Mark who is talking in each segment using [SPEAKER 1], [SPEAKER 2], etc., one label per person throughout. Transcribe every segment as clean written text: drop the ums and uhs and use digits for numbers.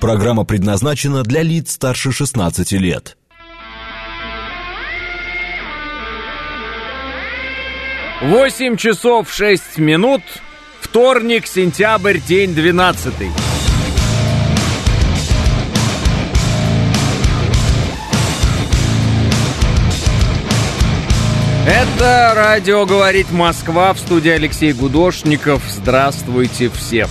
[SPEAKER 1] Программа предназначена для лиц старше 16 лет.
[SPEAKER 2] 8 часов 6 минут, вторник, сентябрь, день 12. Это радио «Говорит Москва», в студии Алексей Гудошников. Здравствуйте всем.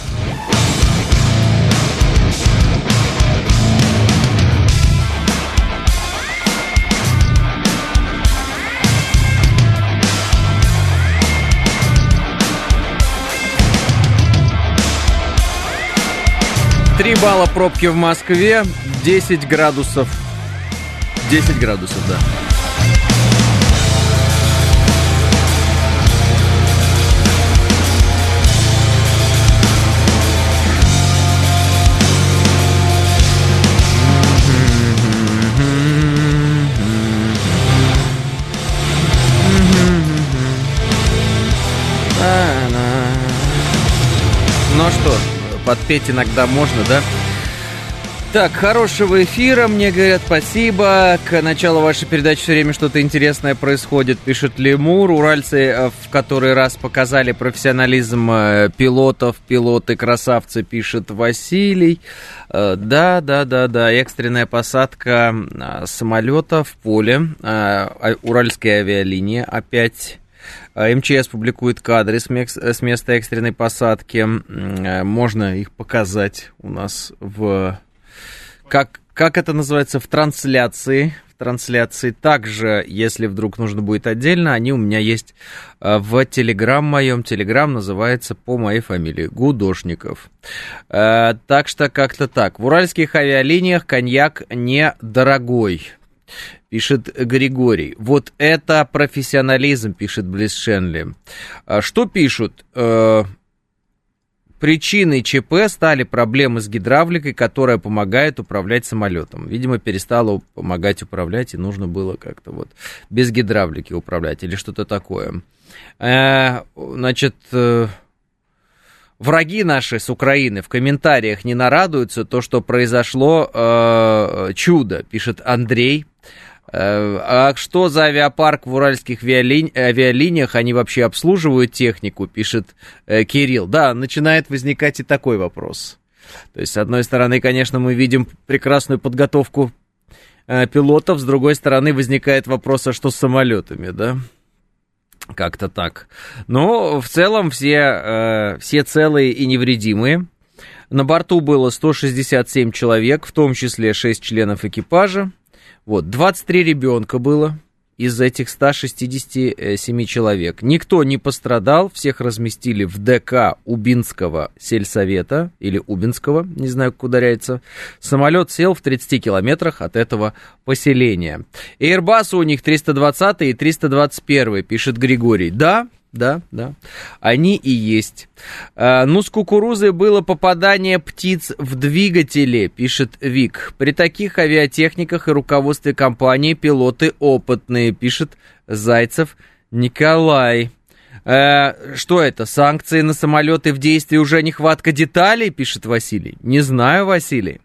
[SPEAKER 2] Три балла пробки в Москве, 10 градусов. 10 градусов, да. Ну что, подпеть иногда можно, да? Так, хорошего эфира, мне говорят, спасибо. К началу вашей передачи все время что-то интересное происходит, пишет Лемур. Уральцы в который раз показали профессионализм пилотов. Пилоты красавцы, пишет Василий. Да, экстренная посадка самолета в поле. Уральские авиалинии опять. МЧС публикует кадры с места экстренной посадки. Можно их показать у нас в... Как это называется? В трансляции. Также, если вдруг нужно будет отдельно, они у меня есть в Телеграм моем. Телеграм называется по моей фамилии Гудошников. Так что как-то так. В уральских авиалиниях коньяк недорогой, пишет Григорий. Вот это профессионализм, пишет Близ Шенли. Что пишут? Причиной ЧП стали проблемы с гидравликой, которая помогает управлять самолетом. Видимо, перестала помогать управлять, и нужно было как-то вот без гидравлики управлять или что-то такое. Значит, враги наши с Украины в комментариях не нарадуются, то, что произошло чудо, пишет Андрей. А что за авиапарк в уральских авиалиниях? Они вообще обслуживают технику, пишет Кирилл. Да, начинает возникать и такой вопрос. То есть, с одной стороны, конечно, мы видим прекрасную подготовку пилотов, с другой стороны, возникает вопрос, а что с самолетами, да? Как-то так. Но в целом все целые и невредимые. На борту было 167 человек, в том числе 6 членов экипажа. Вот, 23 ребенка было из этих 167 человек. Никто не пострадал, всех разместили в ДК Убинского сельсовета, или Убинского, не знаю, как ударяется. Самолет сел в 30 километрах от этого поселения. Airbus у них 320 и 321, пишет Григорий. Да, они и есть. С кукурузой было попадание птиц в двигатели, пишет Вик. При таких авиатехниках и руководстве компании пилоты опытные, пишет Зайцев Николай. Что это, санкции на самолеты в действии, уже нехватка деталей, пишет Василий. Не знаю, Василий.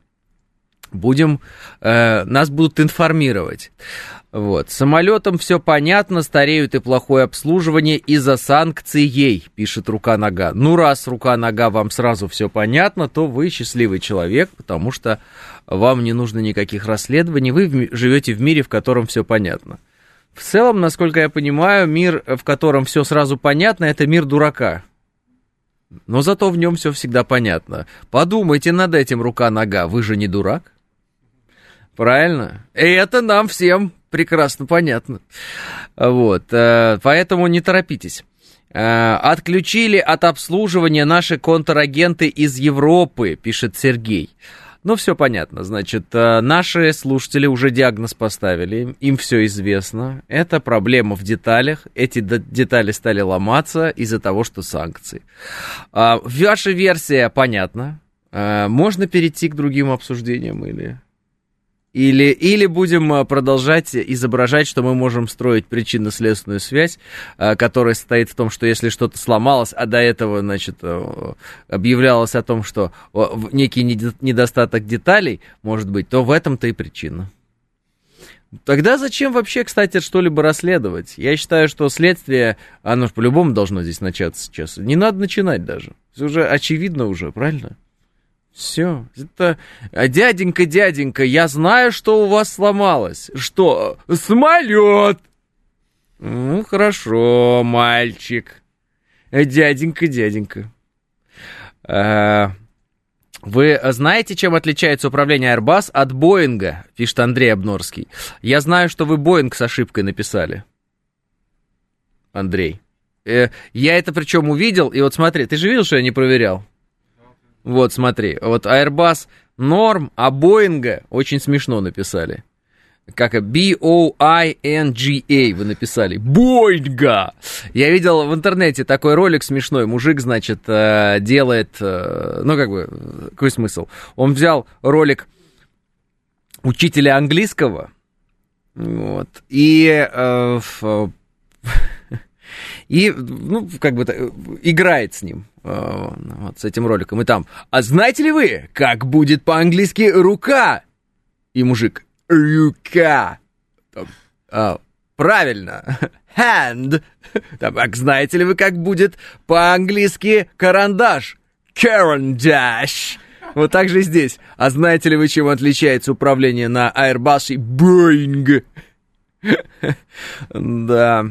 [SPEAKER 2] Нас будут информировать. Вот. С самолетом все понятно, стареют и плохое обслуживание из-за санкций, пишет Рука-Нога. Раз Рука-Нога вам сразу все понятно, то вы счастливый человек, потому что вам не нужно никаких расследований, вы живете в мире, в котором все понятно. В целом, насколько я понимаю, мир, в котором все сразу понятно, это мир дурака. Но зато в нем все всегда понятно. Подумайте над этим, Рука-Нога, вы же не дурак? Правильно? И это нам всем прекрасно понятно. Вот, поэтому не торопитесь. Отключили от обслуживания наши контрагенты из Европы, пишет Сергей. Все понятно, значит, наши слушатели уже диагноз поставили, им все известно. Это проблема в деталях, эти детали стали ломаться из-за того, что санкции. Ваша версия понятна. Можно перейти к другим обсуждениям или Или будем продолжать изображать, что мы можем строить причинно-следственную связь, которая состоит в том, что если что-то сломалось, а до этого, значит, объявлялось о том, что некий недостаток деталей может быть, то в этом-то и причина. Тогда зачем вообще, кстати, что-либо расследовать? Я считаю, что следствие, оно же по-любому должно здесь начаться сейчас. Не надо начинать даже. Все уже очевидно уже, правильно? Все, это... Дяденька, я знаю, что у вас сломалось. Что? Самолет! Ну, хорошо, мальчик. Дяденька. Вы знаете, чем отличается управление Airbus от Боинга? Пишет Андрей Обнорский. Я знаю, что вы Боинг с ошибкой написали. Андрей. Я это причем увидел, и вот смотри, ты же видел, что я не проверял? Вот, смотри, вот Airbus норм, а Боинга очень смешно написали. Как B-O-I-N-G-A вы написали. Боинга! Я видел в интернете такой ролик смешной. Мужик, значит, делает... Ну, как бы, какой смысл? Он взял ролик учителя английского, вот, и ну, как бы, играет с ним, вот, с этим роликом. И там, а знаете ли вы, как будет по-английски рука? И мужик, рука. Правильно, hand. Там, а знаете ли вы, как будет по-английски карандаш? Carandash. Вот так же здесь. А знаете ли вы, чем отличается управление на Airbus и Boeing? Да.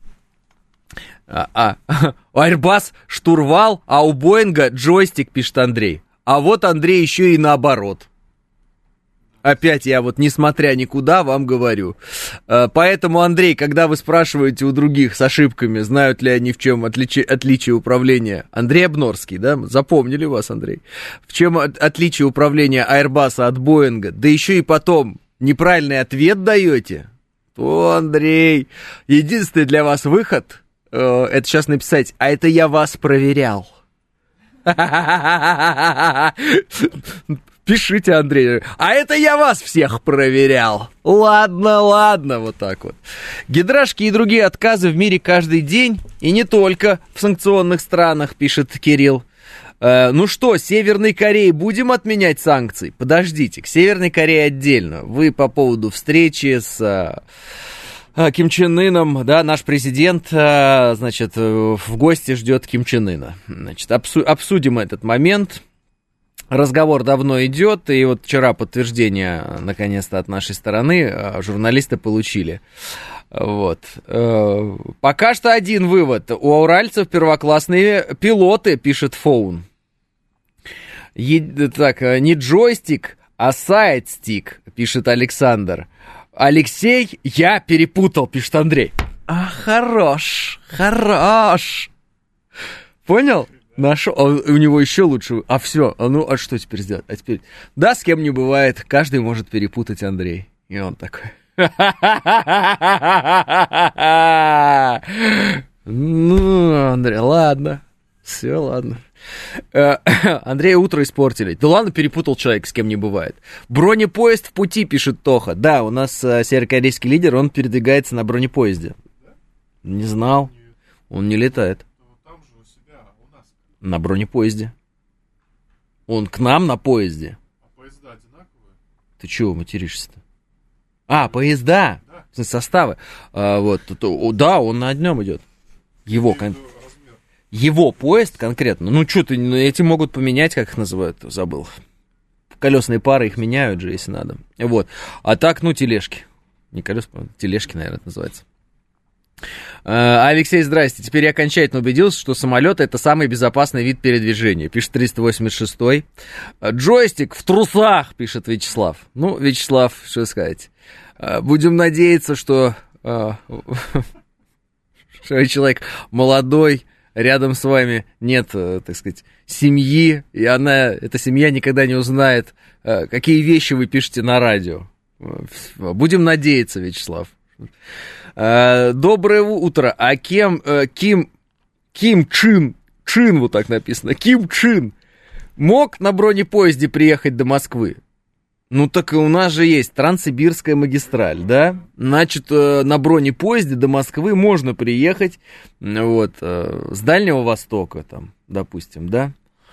[SPEAKER 2] У Airbus штурвал, а у Боинга джойстик, пишет Андрей. А вот, Андрей, еще и наоборот. Опять я вот, несмотря никуда, вам говорю. Поэтому, Андрей, когда вы спрашиваете у других с ошибками, знают ли они, в чем отличие управления... Андрей Обнорский, да? Запомнили вас, Андрей? В чем отличие управления Airbus от Боинга? Да еще и потом неправильный ответ даете? То, Андрей, единственный для вас выход... Это сейчас написать, а это я вас проверял. Пишите, Андрей, а это я вас всех проверял. Ладно, вот так вот. Гидрашки и другие отказы в мире каждый день, и не только в санкционных странах, пишет Кирилл. Ну что, Северной Корее будем отменять санкции? Подождите, к Северной Корее отдельно. Вы по поводу встречи с... Ким Чен Ыном, да, наш президент, значит, в гости ждет Ким Чен Ына. Значит, обсудим этот момент. Разговор давно идет, и вот вчера подтверждение, наконец-то, от нашей стороны журналисты получили. Вот. Пока что один вывод. У уральцев первоклассные пилоты, пишет Фоун. Так, не джойстик, а сайдстик, пишет Александр. Алексей, я перепутал, пишет Андрей. Хорош. Понял? Нашел. У него еще лучше. А все. А что теперь сделать? А теперь... Да, с кем не бывает. Каждый может перепутать, Андрей. И он такой. Ну, Андрей, ладно. Все, ладно. Андрея утро испортили. Да ладно, перепутал человек, с кем не бывает. Бронепоезд в пути, пишет Тоха. Да, у нас северокорейский лидер, он передвигается на бронепоезде. Не знал. Он не летает. На бронепоезде. Он к нам на поезде. А поезда одинаковые? Ты чего материшься-то? Поезда? Да. Составы. Вот. Да, он на одном идет. Его поезд конкретно. Ну, что ты, эти могут поменять, как их называют, забыл. Колесные пары их меняют же, если надо. Вот. А так, тележки. Не колеса, тележки, наверное, это называется. Алексей, здрасте. Теперь я окончательно убедился, что самолет — это самый безопасный вид передвижения, пишет 386-й. Джойстик в трусах, пишет Вячеслав. Ну, Вячеслав, что сказать. Будем надеяться, что человек молодой, рядом с вами нет, так сказать, семьи, и эта семья никогда не узнает, какие вещи вы пишете на радио. Будем надеяться, Вячеслав. Доброе утро. А Ким Чен, вот так написано, Ким Чен, мог на бронепоезде приехать до Москвы? Ну так и у нас же есть Транссибирская магистраль, да? Значит, на бронепоезде до Москвы можно приехать, вот, с Дальнего Востока, там, допустим, да?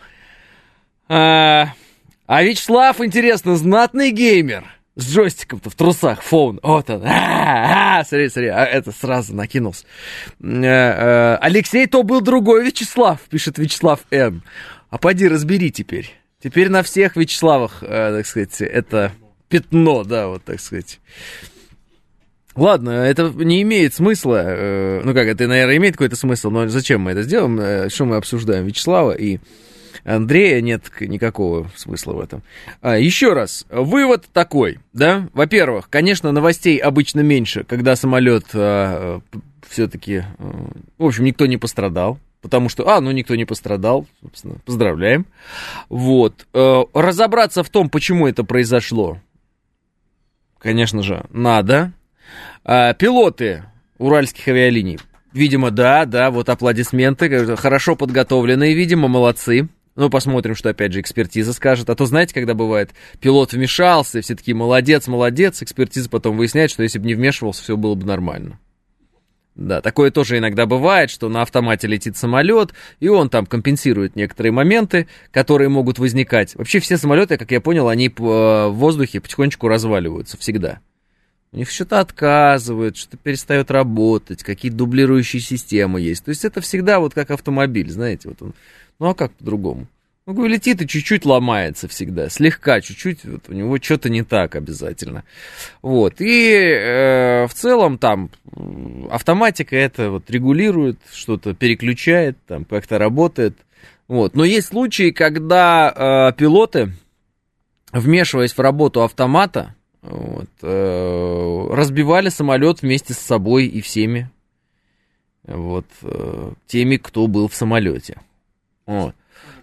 [SPEAKER 2] А Вячеслав, интересно, знатный геймер с джойстиком-то в трусах, фоун, вот он, смотри, это сразу накинулся. Алексей, то был другой Вячеслав, пишет Вячеслав Н. А поди разбери теперь. Теперь на всех Вячеславах, так сказать, это пятно, да, вот так сказать. Ладно, это не имеет смысла, ну как, это, наверное, имеет какой-то смысл, но зачем мы это сделаем, что мы обсуждаем, Вячеслава и Андрея, нет никакого смысла в этом. Еще раз, вывод такой, да, во-первых, конечно, новостей обычно меньше, когда самолет все-таки, в общем, никто не пострадал. Потому что, никто не пострадал, собственно, поздравляем. Вот. Разобраться в том, почему это произошло, конечно же, надо. Пилоты уральских авиалиний, видимо, да, вот аплодисменты, хорошо подготовленные, видимо, молодцы. Ну, посмотрим, что, опять же, экспертиза скажет. А то, знаете, когда бывает, пилот вмешался, все такие, молодец, экспертиза потом выясняет, что если бы не вмешивался, все было бы нормально. Да, такое тоже иногда бывает, что на автомате летит самолет, и он там компенсирует некоторые моменты, которые могут возникать. Вообще все самолеты, как я понял, они в воздухе потихонечку разваливаются всегда. У них что-то отказывают, что-то перестает работать, какие-то дублирующие системы есть. То есть это всегда вот как автомобиль, знаете, вот он. Ну а как по-другому? Ну, летит и чуть-чуть ломается всегда, слегка, чуть-чуть, вот у него что-то не так обязательно. Вот, и в целом там автоматика это вот регулирует, что-то переключает, там как-то работает. Вот, но есть случаи, когда пилоты, вмешиваясь в работу автомата, вот, разбивали самолет вместе с собой и всеми, вот, теми, кто был в самолете. Вот.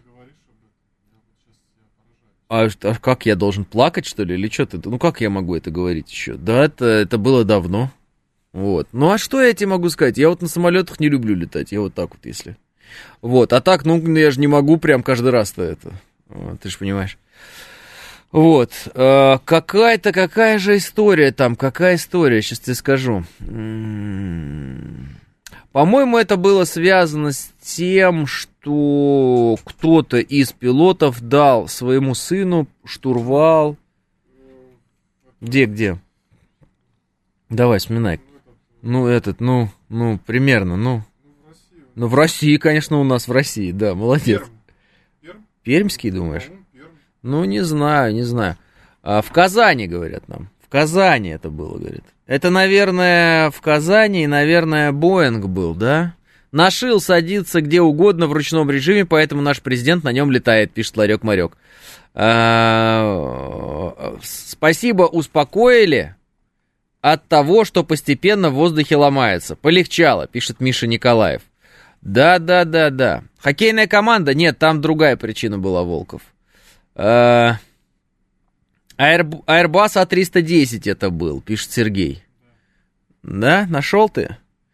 [SPEAKER 2] А как я должен плакать, что ли, или что ты? Ну, как я могу это говорить еще? Да, это было давно. Вот. Ну, а что я тебе могу сказать? Я вот на самолетах не люблю летать, я вот так вот, если. Вот, а так, ну, я же не могу прям каждый раз-то это. Вот, ты же понимаешь. Вот. Какая же история там, какая история, сейчас тебе скажу. По-моему, это было связано с тем, что кто-то из пилотов дал своему сыну штурвал. Где? Давай, вспоминай. Ну, примерно, ну. Ну, в России, конечно, у нас в России, да, молодец. Пермский, думаешь? Ну, не знаю. В Казани, говорят нам. В Казани это было, говорит. Это, наверное, в Казани, наверное, Боинг был, да? Нашил садиться где угодно в ручном режиме, поэтому наш президент на нем летает, пишет Ларек-Марек. Спасибо, успокоили от того, что постепенно в воздухе ломается. Полегчало, пишет Миша Николаев. Да. Хоккейная команда? Нет, там другая причина была, Волков. Airbus A310 это был, пишет Сергей. Да, нашел ты?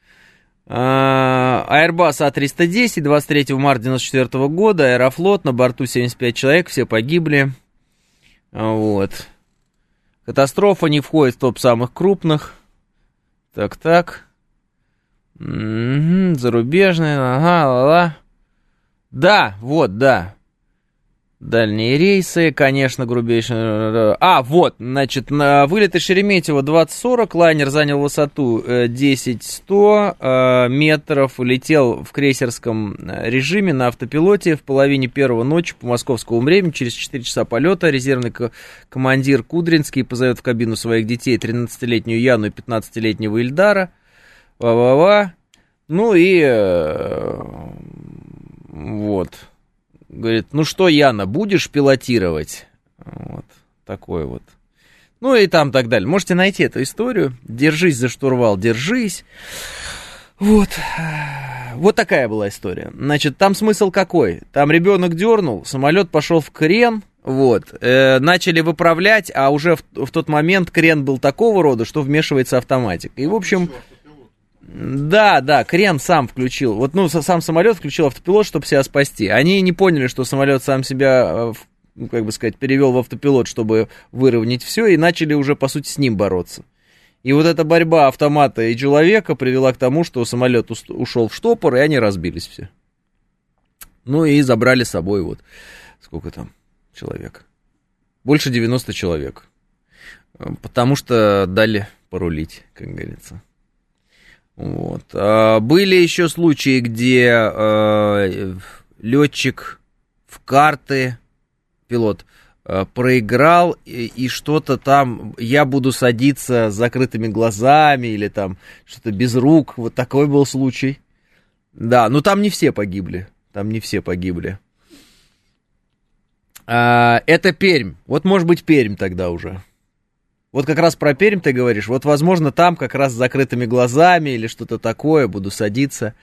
[SPEAKER 2] Airbus A310, 23 марта 1994 года, Аэрофлот, на борту 75 человек, все погибли. Вот. Катастрофа не входит в топ самых крупных. Так. Зарубежные, ла-ла. Да. Дальние рейсы, конечно, грубейшие. Вот, значит, на вылет из Шереметьево 2040, лайнер занял высоту 10-100 метров, летел в крейсерском режиме на автопилоте в половине первого ночи по московскому времени, через 4 часа полета. Резервный командир Кудринский позовет в кабину своих детей 13-летнюю Яну и 15-летнего Ильдара. Ну и вот. Говорит, ну что, Яна, будешь пилотировать? Вот, такой вот. Ну и там так далее. Можете найти эту историю. Держись за штурвал, держись. Вот такая была история. Значит, там смысл какой? Там ребенок дернул, самолет пошел в крен, вот, начали выправлять, а уже в тот момент крен был такого рода, что вмешивается автоматика. И, в общем... Да, крен сам включил. Вот, сам самолет включил автопилот, чтобы себя спасти. Они не поняли, что самолет сам себя ну, как бы сказать, перевел в автопилот, чтобы выровнять все, и начали уже, по сути, с ним бороться. И вот эта борьба автомата и человека привела к тому, что самолет ушел в штопор, и они разбились все. Ну и забрали с собой вот, сколько там человек? Больше 90 человек. Потому что дали порулить, как говорится. Вот. Были еще случаи, где летчик в карты, пилот, проиграл, и что-то там, я буду садиться с закрытыми глазами, или там что-то без рук, вот такой был случай. Да, но там не все погибли. Это Пермь. Вот может быть Пермь тогда уже. Вот как раз про Пермь ты говоришь. Вот возможно там как раз с закрытыми глазами или что-то такое буду садиться.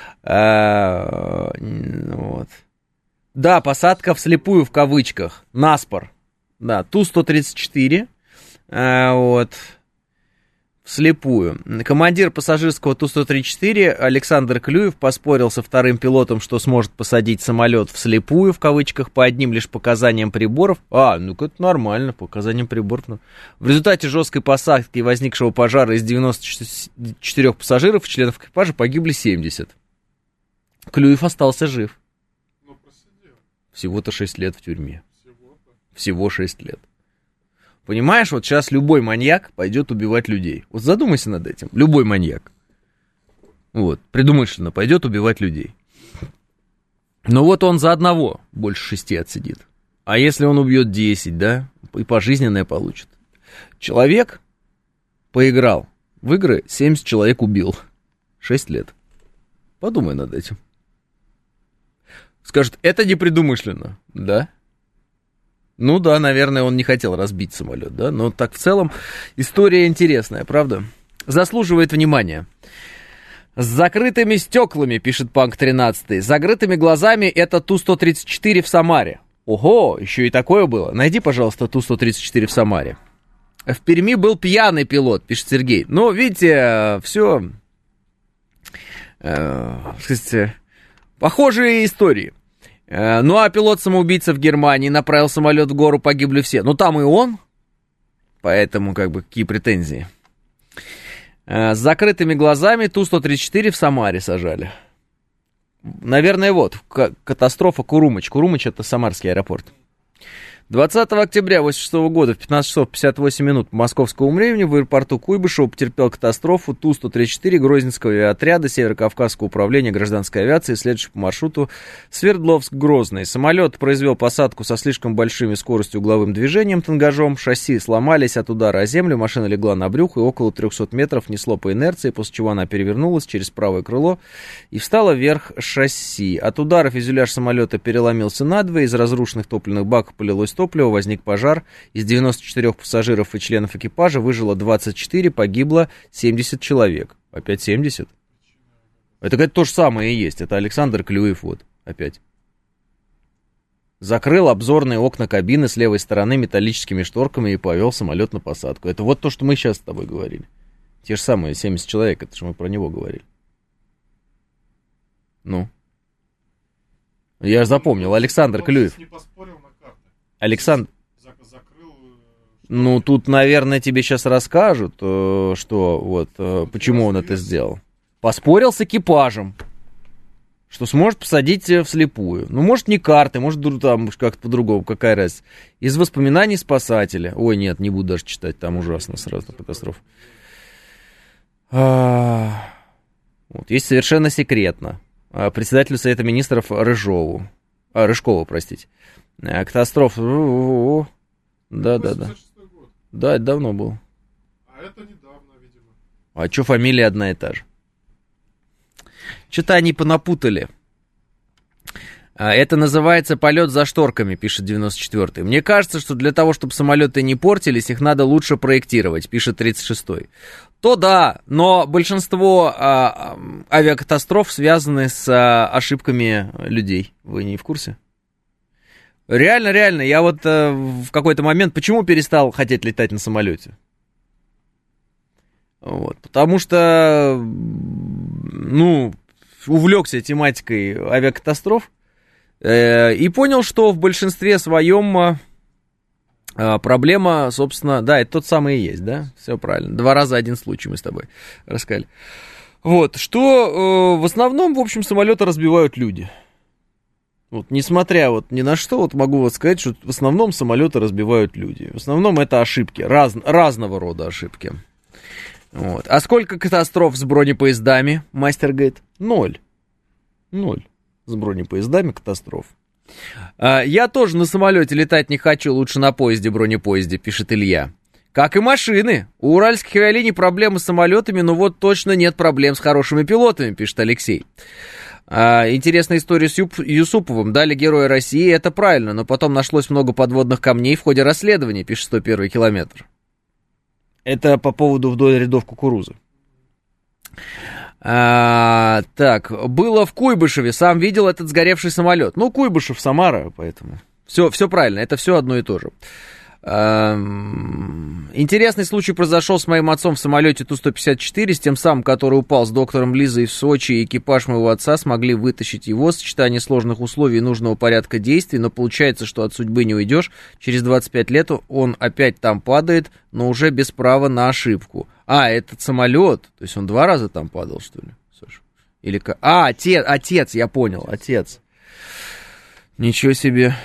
[SPEAKER 2] Вот. Да, посадка вслепую в кавычках. Наспор. Да, Ту-134. Вот. Вслепую. Командир пассажирского Ту-134 Александр Клюев поспорил со вторым пилотом, что сможет посадить самолет вслепую, в кавычках, по одним лишь показаниям приборов. Ну-ка, это нормально, показаниям приборов. В результате жесткой посадки и возникшего пожара из 94 пассажиров и членов экипажа погибли 70. Клюев остался жив. Всего-то 6 лет в тюрьме. Всего 6 лет. Понимаешь, вот сейчас любой маньяк пойдет убивать людей. Вот задумайся над этим. Любой маньяк. Вот, предумышленно пойдет убивать людей. Но вот он за одного больше 6 отсидит. А если он убьет 10, да, и пожизненное получит. Человек поиграл в игры, 70 человек убил. 6 лет. Подумай над этим. Скажет, это непредумышленно, да? Ну да, наверное, он не хотел разбить самолет, да? Но так в целом история интересная, правда? Заслуживает внимания. С закрытыми стеклами, пишет Панк 13. С закрытыми глазами это Ту-134 в Самаре. Ого, еще и такое было. Найди, пожалуйста, Ту-134 в Самаре. В Перми был пьяный пилот, пишет Сергей. Ну, видите, все, похожие истории. Ну, а пилот-самоубийца в Германии направил самолет в гору, погибли все. Ну, там и он, поэтому, как бы, какие претензии. С закрытыми глазами Ту-134 в Самаре сажали. Наверное, вот, катастрофа Курумыч. Курумыч — это самарский аэропорт. 20 октября 1986 года в 15 часов 58 минут по московскому времени в аэропорту Куйбышева потерпел катастрофу Ту-134 Грозненского авиаотряда Северо-Кавказского управления гражданской авиации, следующий по маршруту Свердловск-Грозный. Самолет произвел посадку со слишком большими скоростью угловым движением, тангажом. Шасси сломались от удара о землю, машина легла на брюхо и около 300 метров несло по инерции, после чего она перевернулась через правое крыло и встала вверх шасси. От удара фюзеляж самолета переломился надвое, из разрушенных топливных баков полилось топливо, возник пожар. Из 94 пассажиров и членов экипажа выжило 24, погибло 70 человек. Опять 70? Это то же самое и есть. Это Александр Клюев, вот, опять. Закрыл обзорные окна кабины с левой стороны металлическими шторками и повел самолет на посадку. Это вот то, что мы сейчас с тобой говорили. Те же самые 70 человек, это же мы про него говорили. Ну? Я же запомнил, Александр Клюев. Александр, ну тут, наверное, тебе сейчас расскажут, что вот почему он это сделал. Поспорил с экипажем, что сможет посадить вслепую. Ну, может, не карты, может, там как-то по-другому, какая разница. Из воспоминаний спасателя. Ой, нет, не буду даже читать, там ужасно сразу катастрофа. Вот, есть совершенно секретно. Председателю Совета Министров Рыжкову, простите. Катастрофа. Да. Да, это давно было.
[SPEAKER 3] А это недавно, видимо.
[SPEAKER 2] А что фамилия одна и та же? Что-то они понапутали. Это называется полет за шторками, пишет 94-й. Мне кажется, что для того, чтобы самолеты не портились, их надо лучше проектировать, пишет 36-й. То да, но большинство авиакатастроф связаны с ошибками людей. Вы не в курсе? Реально, я вот в какой-то момент, почему перестал хотеть летать на самолете? Вот, потому что, увлекся тематикой авиакатастроф, И понял, что в большинстве своем проблема, собственно, да, это тот самый и есть, да, все правильно, 2 раза 1 случай мы с тобой рассказали. Вот, что в основном, в общем, самолеты разбивают люди. Вот, несмотря вот ни на что, вот могу вот сказать, что в основном самолеты разбивают люди. В основном это ошибки, разного рода ошибки. Вот. А сколько катастроф с бронепоездами, мастер говорит? 0 с бронепоездами катастроф. Я тоже на самолете летать не хочу, лучше на бронепоезде, пишет Илья. Как и машины. У уральских авиалиний проблемы с самолетами, но вот точно нет проблем с хорошими пилотами, пишет Алексей. Интересная история с Юсуповым. Дали Героя России, это правильно, но потом нашлось много подводных камней в ходе расследования, пишет 101 километр. Это по поводу вдоль рядов кукурузы. Так, было в Куйбышеве, сам видел этот сгоревший самолет. Ну, Куйбышев, Самара, поэтому все правильно, это все одно и то же. Интересный случай произошел с моим отцом в самолете Ту-154, с тем самым, который упал с доктором Лизой в Сочи, и экипаж моего отца смогли вытащить его, сочетание сложных условий и нужного порядка действий, но получается, что от судьбы не уйдешь, через 25 лет он опять там падает, но уже без права на ошибку. Этот самолет, то есть он 2 раза там падал, что ли, Саша? Или как? Отец, я понял, отец. Ничего себе.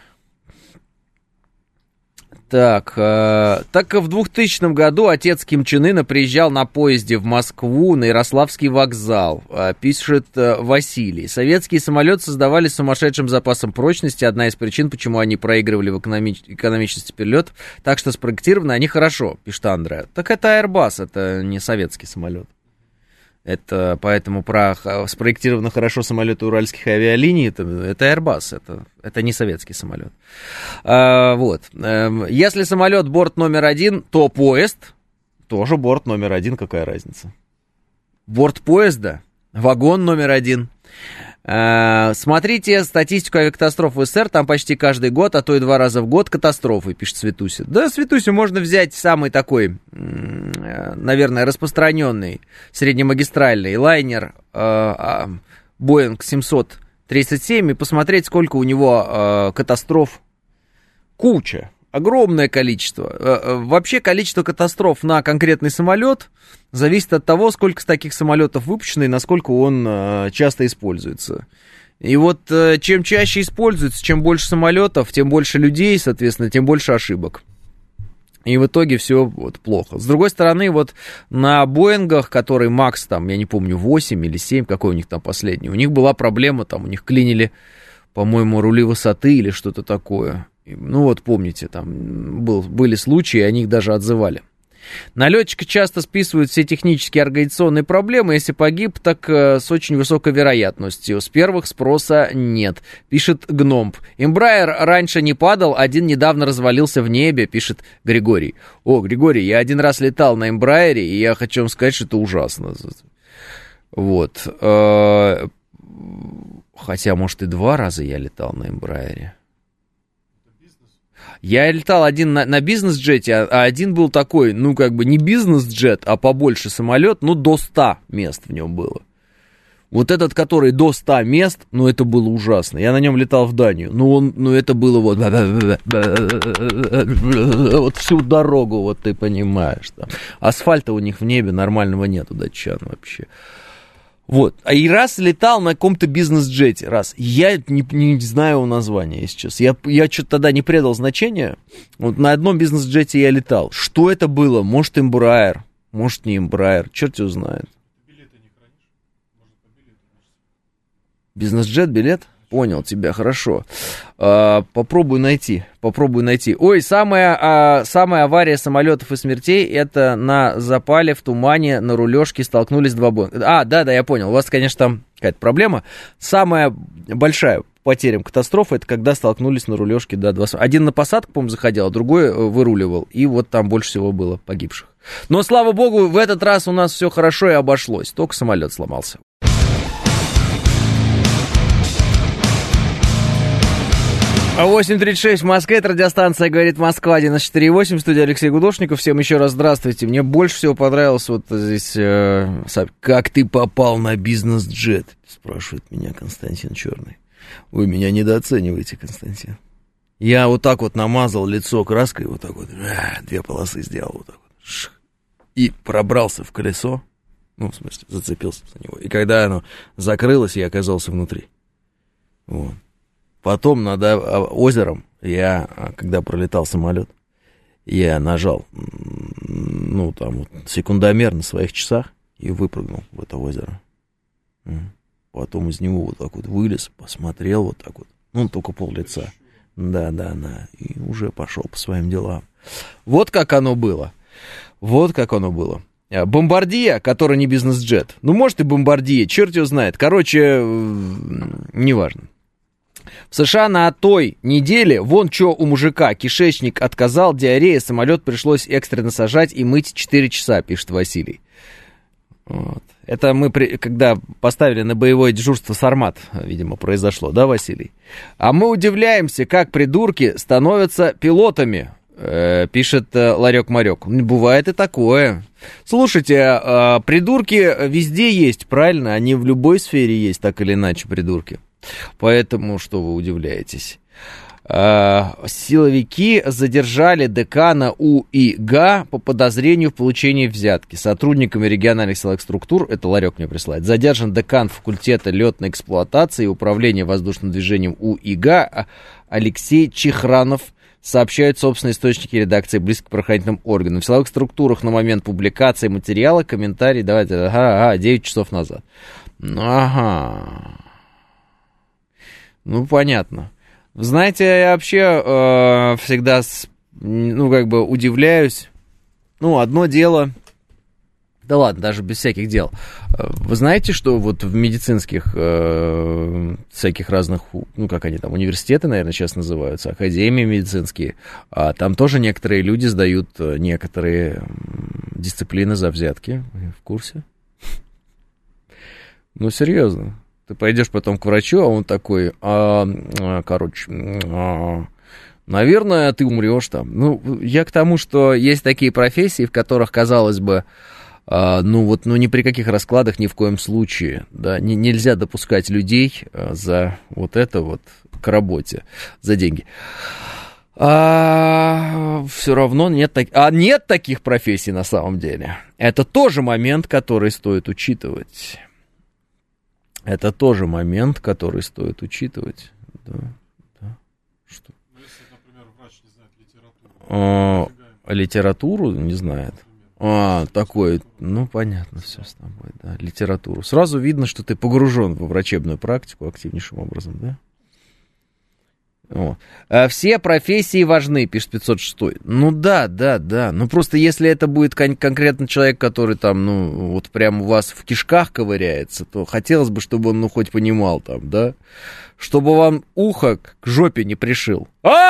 [SPEAKER 2] Так в 2000 году отец Ким Чен Ына приезжал на поезде в Москву на Ярославский вокзал, пишет Василий. Советские самолеты создавали с сумасшедшим запасом прочности, одна из причин, почему они проигрывали в экономичности перелетов, так что спроектированы они хорошо, пишет Андреа. Так это Airbus, это не советский самолет. Это поэтому про спроектированно хорошо самолеты уральских авиалиний, это Airbus, это не советский самолет. Вот. Если самолет борт номер 1, то поезд тоже борт номер 1, какая разница? Борт поезда, вагон номер 1. Смотрите статистику авиакатастроф в СССР, там почти каждый год, а то и 2 раза в год катастрофы, пишет Светуся. Да, Светуся, можно взять самый такой, наверное, распространенный среднемагистральный лайнер Boeing 737 и посмотреть, сколько у него катастроф. Куча. Огромное количество. Вообще количество катастроф на конкретный самолет зависит от того, сколько таких самолетов выпущено и насколько он часто используется. И вот чем чаще используется, чем больше самолетов, тем больше людей, соответственно, тем больше ошибок. И в итоге все вот плохо. С другой стороны, вот на Боингах, который Макс, там, я не помню, 8 или 7, какой у них там последний, у них была проблема, там у них клинили, по-моему, рули высоты или что-то такое. Ну вот, помните, там были случаи, и они их даже отзывали. На летчика часто списывают все технические организационные проблемы. Если погиб, так с очень высокой вероятностью. С первых спроса нет, пишет Гномб. Эмбраер раньше не падал, один недавно развалился в небе, пишет Григорий. Григорий, я 1 раз летал на Эмбраере, и я хочу вам сказать, что это ужасно. Вот. Хотя, может, и 2 раза я летал на Эмбраере. Я летал один на бизнес-джете, а один был такой, ну, как бы не бизнес-джет, а побольше самолет, ну, до 100 мест в нем было. Вот этот, который до 100 мест, ну, это было ужасно. Я на нем летал в Данию, это было вот... Вот всю дорогу, вот ты понимаешь. Там. Асфальта у них в небе нормального нету, датчан вообще. Вот, и раз летал на каком-то бизнес-джете, я не знаю названия сейчас, я что-то тогда не придал значения, вот на одном бизнес-джете я летал, что это было, может Embraer, может не Embraer, черт его знает.
[SPEAKER 3] Билеты не хранишь? Может, по билету?
[SPEAKER 2] Бизнес-джет, билет? Понял тебя, хорошо. Попробую найти. Ой, самая авария самолетов и смертей, это на Запале в тумане на рулежке столкнулись 2 Боинга. Да, я понял, у вас, конечно, там какая-то проблема. Самая большая потерям катастрофа, это когда столкнулись на рулежке, 2. Один на посадку, по-моему, заходил, а другой выруливал. И вот там больше всего было погибших. Но, слава богу, в этот раз у нас все хорошо и обошлось. Только самолет сломался. 8:36 в Москве, это радиостанция «Говорит Москва», 94,8, студия Алексей Гудошников. Всем еще раз здравствуйте. Мне больше всего понравилось вот здесь, как ты попал на бизнес-джет, спрашивает меня Константин Черный. Вы меня недооцениваете, Константин. Я вот так вот намазал лицо краской, вот так вот, 2 полосы сделал, вот так вот, и пробрался в колесо, ну, в смысле, зацепился за него. И когда оно закрылось, я оказался внутри. Вот. Потом над озером, когда пролетал самолет, я нажал, ну, там, вот, секундомер на своих часах и выпрыгнул в это озеро. Потом из него вот так вот вылез, посмотрел вот так вот, ну, только пол-лица. Да, и уже пошел по своим делам. Вот как оно было. Вот как оно было. Бомбардье, который не бизнес-джет. Ну, может, и бомбардье, черт его знает. Короче, неважно. В США на той неделе, вон что у мужика, кишечник отказал, диарея, самолет пришлось экстренно сажать и мыть 4 часа, пишет Василий. Вот. Это мы, когда поставили на боевое дежурство Сармат, видимо, произошло, да, Василий? А мы удивляемся, как придурки становятся пилотами, пишет Ларек-Марек. Бывает и такое. Слушайте, придурки везде есть, правильно? Они в любой сфере есть, так или иначе, придурки. Поэтому что вы удивляетесь? Силовики задержали декана УИГА по подозрению в получении взятки. Сотрудниками региональных силовых структур, это Ларек мне присылает, задержан декан факультета летной эксплуатации и управления воздушным движением УИГА Алексей Чехранов, сообщают собственные источники редакции близко к правоохранительным органам. В силовых структурах на момент публикации материала комментарий, давайте, 9 часов назад. Ага. Ну, понятно. Знаете, я вообще всегда, удивляюсь. Ну, одно дело... Да ладно, даже без всяких дел. Вы знаете, что вот в медицинских всяких разных, ну, как они там, университеты, наверное, сейчас называются, академии медицинские, там тоже некоторые люди сдают некоторые дисциплины за взятки. Вы в курсе? Ну, серьезно. Ты пойдешь потом к врачу, а он такой, наверное, ты умрешь там. Ну, я к тому, что есть такие профессии, в которых, казалось бы, ни при каких раскладах ни в коем случае, да, нельзя допускать людей за вот это вот к работе, за деньги. Все равно нет таких профессий на самом деле. Это тоже момент, который стоит учитывать. Это тоже момент, который стоит учитывать. Да. Что?
[SPEAKER 3] Ну, если, например, врач не знает литературу.
[SPEAKER 2] Литературу не знает. Такой, ну, понятно все с тобой, да, литературу. Сразу видно, что ты погружен во врачебную практику активнейшим образом, да? Все профессии важны, пишет 506. Ну да. Ну просто если это будет конкретно человек, который там, ну, вот прям у вас в кишках ковыряется, то хотелось бы, чтобы он, ну, хоть понимал там, да? Чтобы вам ухо к жопе не пришил.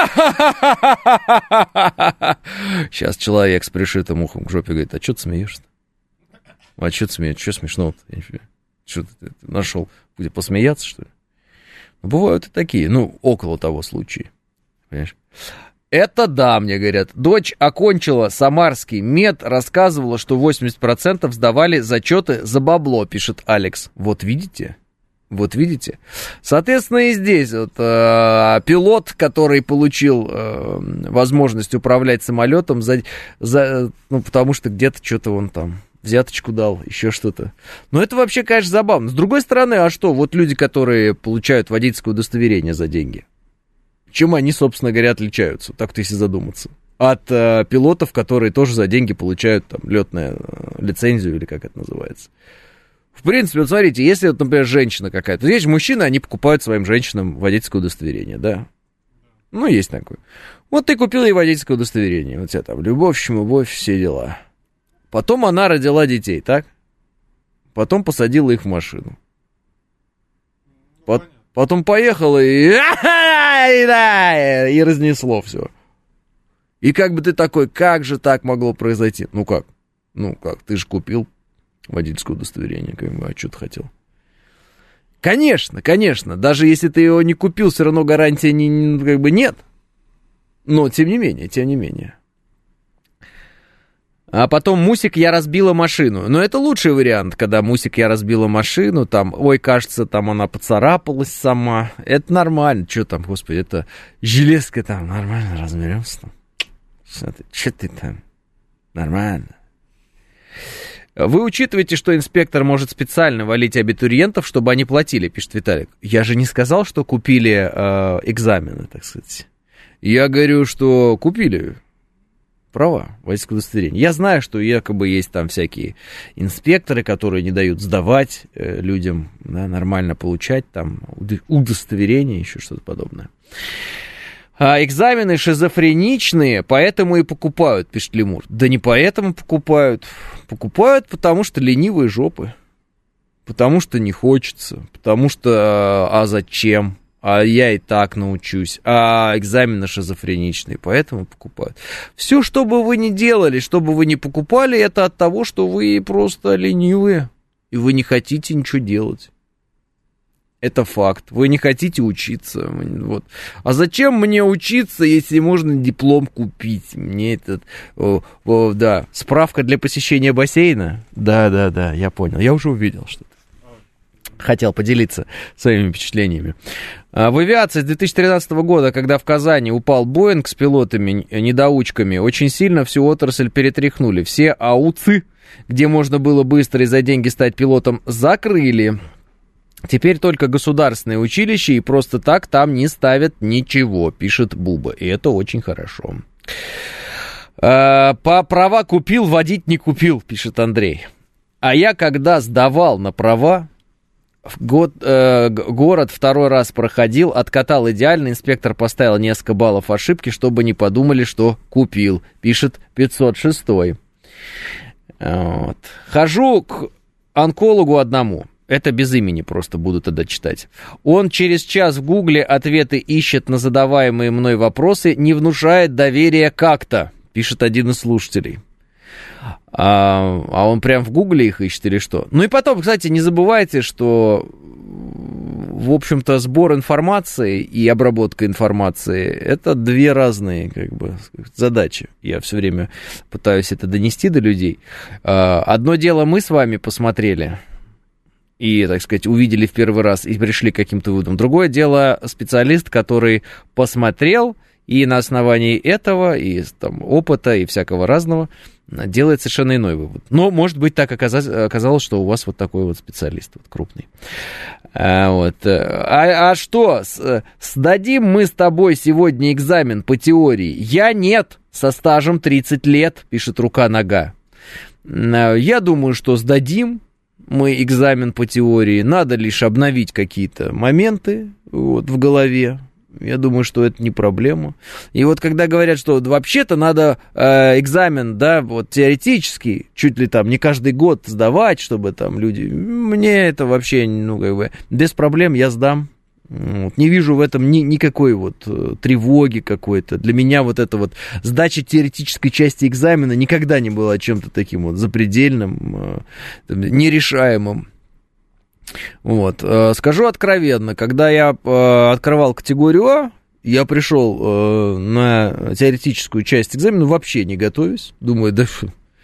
[SPEAKER 2] Сейчас человек с пришитым ухом к жопе говорит, а что ты смеешься? А что ты смеешься? Что смешного-то? Что ты нашел? Где посмеяться, что ли? Бывают и такие, ну, около того случая, понимаешь? Это да, мне говорят. Дочь окончила самарский мед, рассказывала, что 80% сдавали зачеты за бабло, пишет Алекс. Вот видите? Соответственно, и здесь вот пилот, который получил возможность управлять самолетом, потому что где-то что-то он там... взяточку дал, еще что-то. Но это вообще, конечно, забавно. С другой стороны, а что? Вот люди, которые получают водительское удостоверение за деньги. Чем они, собственно говоря, отличаются? Так-то если задуматься. От пилотов, которые тоже за деньги получают там летную лицензию, или как это называется. В принципе, вот смотрите, если, вот, например, женщина какая-то. Есть мужчины, они покупают своим женщинам водительское удостоверение, да? Ну, есть такое. Вот ты купил ей водительское удостоверение. Вот тебя там любовь, шмлюбовь, все дела. Потом она родила детей, так? Потом посадила их в машину. Потом поехала и разнесло все. И как бы ты такой, как же так могло произойти? Ну как, ты же купил водительское удостоверение, как бы, а что ты хотел? Конечно, даже если ты его не купил, все равно гарантии нет. Но, тем не менее. А потом «Мусик, я разбила машину». Но это лучший вариант, когда «Мусик, я разбила машину», там, ой, кажется, там она поцарапалась сама. Это нормально. Что там, господи, это железка там, нормально, разберемся там. Что ты там? Нормально. Вы учитываете, что инспектор может специально валить абитуриентов, чтобы они платили, пишет Виталик. Я же не сказал, что купили экзамены, так сказать. Я говорю, что купили права, водительское удостоверение. Я знаю, что якобы есть там всякие инспекторы, которые не дают сдавать людям, да, нормально получать там удостоверение, еще что-то подобное. А экзамены шизофреничные, поэтому и покупают, пишет Лемур. Да не поэтому покупают. Покупают, потому что ленивые жопы. Потому что не хочется. Потому что, а зачем? А я и так научусь. А экзамены шизофреничные, поэтому покупают. Все, что бы вы ни делали, что бы вы ни покупали, это от того, что вы просто ленивые. И вы не хотите ничего делать. Это факт. Вы не хотите учиться. Вот. А зачем мне учиться, если можно диплом купить? Мне этот... да. Справка для посещения бассейна? Да, я понял. Я уже увидел что-то. Хотел поделиться своими впечатлениями. В авиации с 2013 года, когда в Казани упал Боинг с пилотами-недоучками, очень сильно всю отрасль перетряхнули. Все АУЦы, где можно было быстро и за деньги стать пилотом, закрыли. Теперь только государственные училища, и просто так там не ставят ничего, пишет Буба. И это очень хорошо. По права купил, водить не купил, пишет Андрей. А я когда сдавал на права, город второй раз проходил, откатал идеально, инспектор поставил несколько баллов ошибки, чтобы не подумали, что купил, пишет 506. Вот. Хожу к онкологу одному. Это без имени просто буду тогда читать. Он через час в Гугле ответы ищет на задаваемые мной вопросы, не внушает доверия как-то, пишет один из слушателей. А он прям в Гугле их ищет или что? Ну и потом, кстати, не забывайте, что, в общем-то, сбор информации и обработка информации — это две разные, как бы, задачи. Я все время пытаюсь это донести до людей. Одно дело мы с вами посмотрели и, так сказать, увидели в первый раз и пришли к каким-то выводам. Другое дело специалист, который посмотрел и на основании этого, и там, опыта, и всякого разного делает совершенно иной вывод. Но, может быть, так оказалось, что у вас вот такой вот специалист, вот, крупный. А что, сдадим мы с тобой сегодня экзамен по теории? Я нет, со стажем 30 лет, пишет рука-нога. Я думаю, что сдадим мы экзамен по теории, надо лишь обновить какие-то моменты вот, в голове. Я думаю, что это не проблема. И вот когда говорят, что вообще-то надо экзамен, да, вот теоретически, чуть ли там не каждый год сдавать, чтобы там люди... Мне это вообще, ну, как бы, без проблем я сдам. Вот, не вижу в этом никакой вот тревоги какой-то. Для меня вот эта вот сдача теоретической части экзамена никогда не была чем-то таким вот запредельным, нерешаемым. Вот. Скажу откровенно, когда я открывал категорию А, я пришел на теоретическую часть экзамена вообще не готовясь. Думаю, да...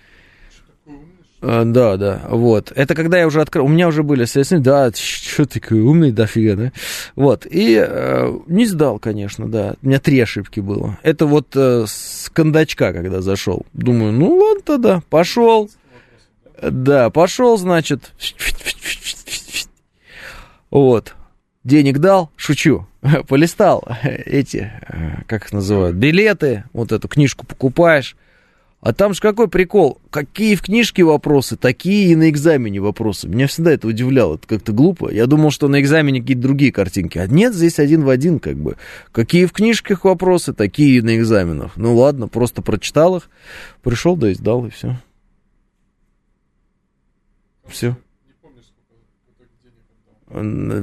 [SPEAKER 2] Да, вот. Это когда я уже открыл, у меня уже были соответственно, да, что ты такой умный, дофига, да? Вот, и не сдал, конечно, да, у меня 3 ошибки было. Это вот с кондачка, когда зашел. Думаю, ну ладно тогда, пошел. Да, пошел, значит. Вот. Денег дал, шучу, полистал эти, как их называют, билеты, вот эту книжку покупаешь. А там же какой прикол, какие в книжке вопросы, такие и на экзамене вопросы. Меня всегда это удивляло, это как-то глупо. Я думал, что на экзамене какие-то другие картинки. А нет, здесь один в один как бы. Какие в книжках вопросы, такие и на экзаменах. Ну ладно, просто прочитал их, пришел, да и сдал, и все. Все. У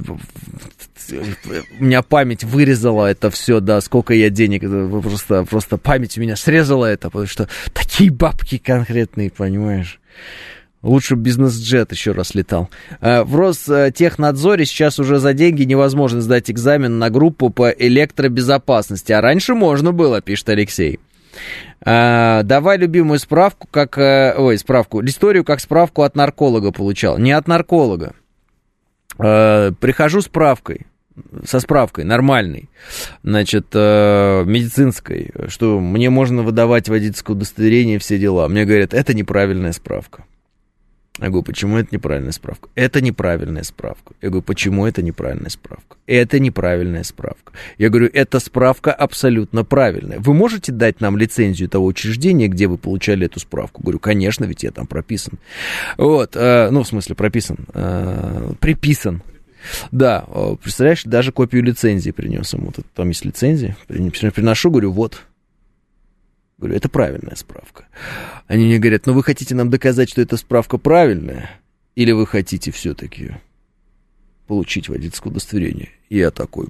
[SPEAKER 2] меня память вырезала это все, да, сколько я денег, просто память у меня срезала это, потому что такие бабки конкретные, понимаешь. Лучше бизнес-джет еще раз летал. В Ростехнадзоре сейчас уже за деньги невозможно сдать экзамен на группу по электробезопасности, а раньше можно было, пишет Алексей. Давай любимую справку, историю как справку от нарколога получал. Не от нарколога. Прихожу со справкой нормальной, значит, медицинской, что мне можно выдавать водительское удостоверение и все дела. Мне говорят, это неправильная справка. Я говорю, почему это неправильная справка? Это неправильная справка. Я говорю, почему это неправильная справка? Это неправильная справка. Я говорю, эта справка абсолютно правильная. Вы можете дать нам лицензию того учреждения, где вы получали эту справку? Говорю, конечно, ведь я там прописан. Вот, в смысле прописан, приписан. Да, представляешь, даже копию лицензии принес ему. Вот там есть лицензия. Приношу, говорю, вот. Говорю, это правильная справка. Они мне говорят, вы хотите нам доказать, что эта справка правильная? Или вы хотите все-таки получить водительское удостоверение? И я такой...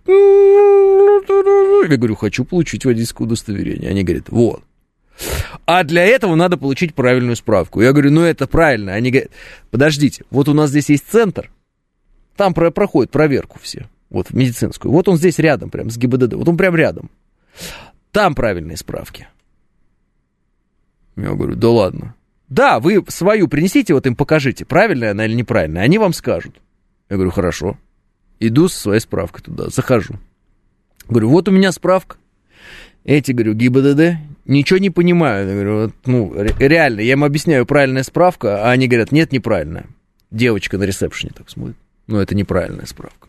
[SPEAKER 2] Я говорю, хочу получить водительское удостоверение. Они говорят, вот. А для этого надо получить правильную справку. Я говорю, это правильно. Они говорят, подождите, вот у нас здесь есть центр, там проходят проверку все, вот медицинскую. Вот он здесь рядом, прям с ГИБДД, вот он прям рядом. Там правильные справки. Я говорю, да ладно. Да, вы свою принесите, вот им покажите, правильная она или неправильная, они вам скажут. Я говорю, хорошо. Иду со своей справкой туда, захожу. Говорю, вот у меня справка. Эти, говорю, ГИБДД, ничего не понимаю. Я говорю, реально, я им объясняю, правильная справка, а они говорят, нет, неправильная. Девочка на ресепшене так смотрит. Это неправильная справка.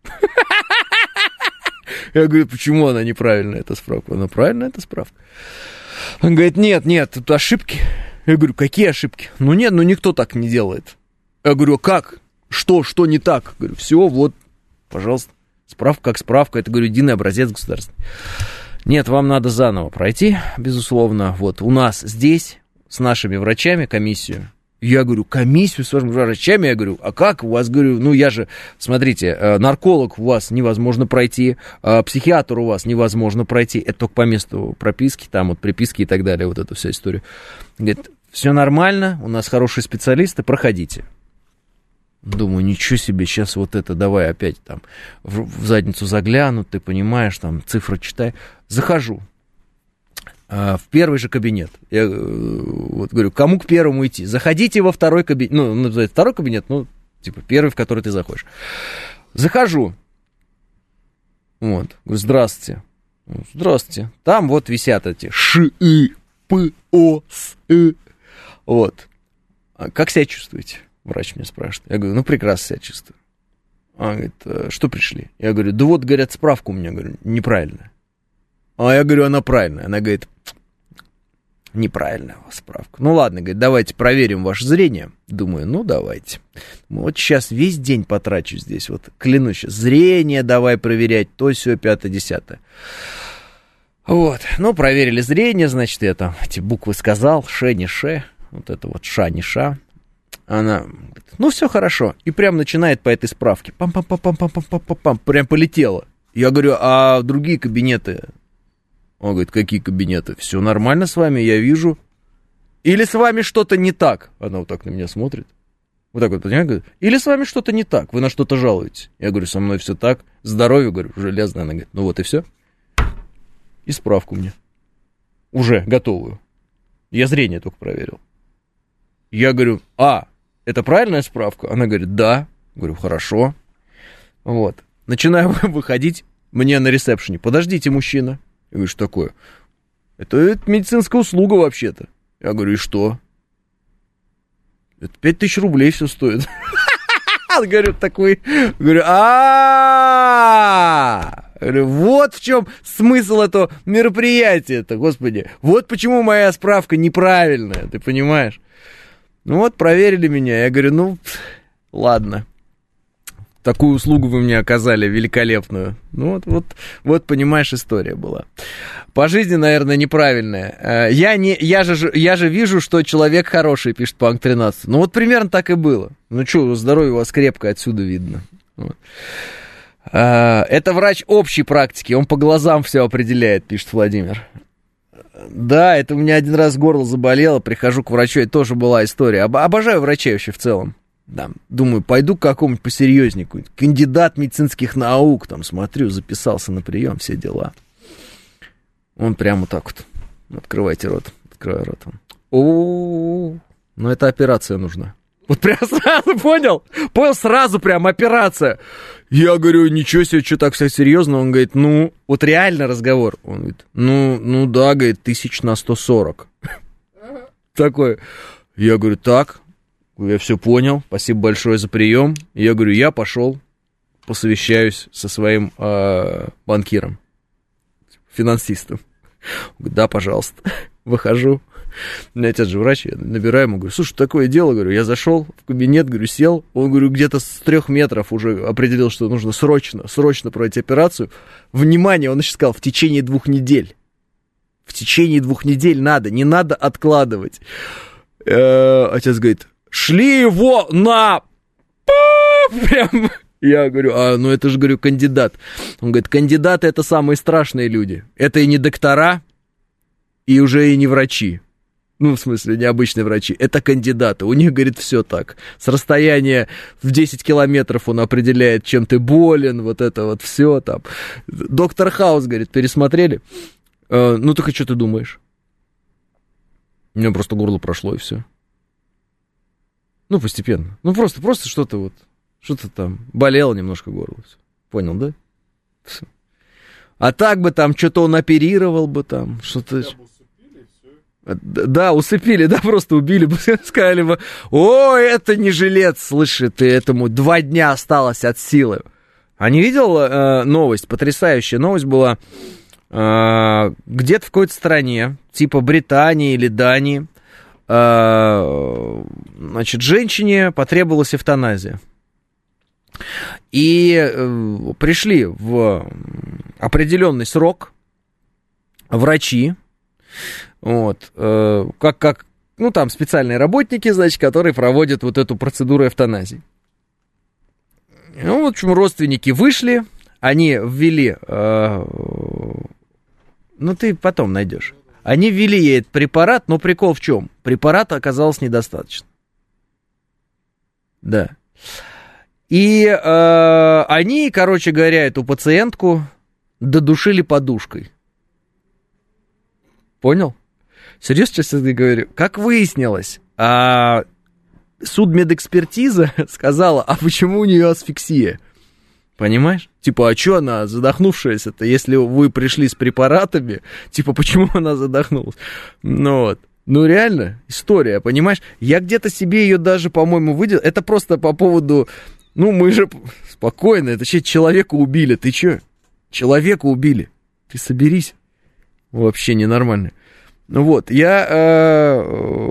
[SPEAKER 2] Я говорю, почему она неправильная, эта справка? Она правильная, эта справка? Он говорит, нет, тут ошибки. Я говорю, какие ошибки? Нет, никто так не делает. Я говорю, как? Что не так? Говорю, все, вот, пожалуйста, справка как справка, это, говорю, единый образец государственный. Нет, вам надо заново пройти, безусловно. Вот у нас здесь с нашими врачами комиссию. Я говорю, комиссию с вашими врачами? Я говорю, а как у вас? Говорю, я же, смотрите, нарколог у вас невозможно пройти, психиатр у вас невозможно пройти. Это только по месту прописки, там вот приписки и так далее, вот эту вся история. Говорит, все нормально, у нас хорошие специалисты, проходите. Думаю, ничего себе, сейчас вот это, давай опять там в задницу загляну, ты понимаешь, там цифры читай. Захожу в первый же кабинет. Я вот говорю, кому к первому идти? Заходите во второй кабинет. Называется второй кабинет, первый, в который ты заходишь. Захожу. Вот. Говорю, здравствуйте. Здравствуйте. Там вот висят эти ШИ-П-О-С-И. Вот. Как себя чувствуете? Врач меня спрашивает. Я говорю, прекрасно себя чувствую. Он говорит, что пришли? Я говорю, да вот, говорят, справка у меня, говорю, неправильная. А я говорю, она правильная. Она говорит, неправильная у вас справка. Ладно, говорит, давайте проверим ваше зрение. Думаю, давайте. Вот сейчас весь день потрачу здесь, вот клянусь, сейчас зрение давай проверять, то, сё, 5-10. Вот, проверили зрение, значит, я там эти буквы сказал, ше, не ше, вот это вот ша, не ша. Она говорит, все хорошо. И прям начинает по этой справке. Пам-пам-пам-пам-пам-пам-пам. Прям полетело. Я говорю, а другие кабинеты? Он говорит, какие кабинеты? Все нормально с вами, я вижу. Или с вами что-то не так? Она вот так на меня смотрит. Вот так вот, понимаете? Говорит, или с вами что-то не так? Вы на что-то жалуетесь? Я говорю, со мной все так. Здоровье, говорю, железное. Она говорит, вот и все. И справку мне. Уже готовую. Я зрение только проверил. Я говорю, это правильная справка? Она говорит, да. Говорю, хорошо. Вот. Начинаю выходить мне на ресепшене. Подождите, мужчина. Я говорю, что такое? Это медицинская услуга вообще-то. Я говорю, и что? Это 5000 рублей все стоит. Говорю, такой. Говорю, Говорю, вот в чем смысл этого мероприятия-то, господи. Вот почему моя справка неправильная, ты понимаешь? Проверили меня. Я говорю, ладно. Такую услугу вы мне оказали великолепную. Вот, понимаешь, история была. По жизни, наверное, неправильная. Я же вижу, что человек хороший, пишет Панк 13. Примерно так и было. Здоровье у вас крепкое, отсюда видно. Вот. Это врач общей практики, он по глазам все определяет, пишет Владимир. Да, это у меня один раз горло заболело, прихожу к врачу, это тоже была история. Обожаю врачей вообще в целом. Да, думаю, пойду к какому-нибудь посерьезненькому. Кандидат медицинских наук, там, смотрю, записался на прием, все дела. Он прямо так вот Открывайте рот. Открывай рот. О, ну это операция нужна. Вот прям сразу понял? Понял, сразу прям операция. Я говорю, ничего себе, что так все серьезно? Он говорит, ну, вот реально разговор. Он говорит, ну да, говорит, 1140. Такой. Я говорю, так, я все понял, спасибо большое за прием. Я говорю, я пошел, посовещаюсь со своим банкиром, финансистом. Он говорит, да, пожалуйста. Выхожу. У меня отец же врач, я набираю ему, говорю, слушай, такое дело, говорю, я зашел в кабинет, говорю, сел, он, говорю, где-то с 3 метров уже определил, что нужно срочно пройти операцию. Внимание, он еще сказал, в течение 2 недель. В течение 2 недель надо, не надо откладывать. Отец говорит, шли его на... Прям... Я говорю, ну это же, говорю, кандидат. Он говорит, кандидаты это самые страшные люди. Это и не доктора, и уже и не врачи. Ну, в смысле, не обычные врачи. Это кандидаты. У них, говорит, все так. С расстояния в 10 километров он определяет, чем ты болен, вот это вот все там. Доктор Хаус, говорит, пересмотрели. Ну, так и что ты думаешь? У меня просто горло прошло, и все. Ну, постепенно. Ну, просто что-то вот, что-то там болело немножко горло. Все. Понял, да? Все. А так бы там, что-то он оперировал бы там, что-то... Да, усыпили, да, просто убили бы, сказали бы, о, это не жилец, слыши, ты этому 2 дня осталось от силы. А не видел новость, потрясающая новость была, где-то в какой-то стране, типа Британии или Дании, значит, женщине потребовалась эвтаназия. И пришли в определенный срок врачи, вот, как, ну, там специальные работники, значит, которые проводят вот эту процедуру эвтаназии. Ну, в общем, родственники вышли, они ввели, ну, ты потом найдешь. Они ввели ей этот препарат, но прикол в чем? Препарата оказалось недостаточно. Да. И они, короче говоря, эту пациентку додушили подушкой. Понял? Серьезно, сейчас я говорю? Как выяснилось, судмедэкспертиза сказала, а почему у нее асфиксия? Понимаешь? Типа, а что она задохнувшаяся-то, если вы пришли с препаратами? Типа, почему она задохнулась? Ну вот. Ну реально, история, понимаешь? Я где-то себе ее даже, по-моему, выделил. Это просто по поводу... Ну, мы же... Спокойно, это человека убили. Ты что? Человека убили. Ты соберись. Вообще ненормально. Вот, я...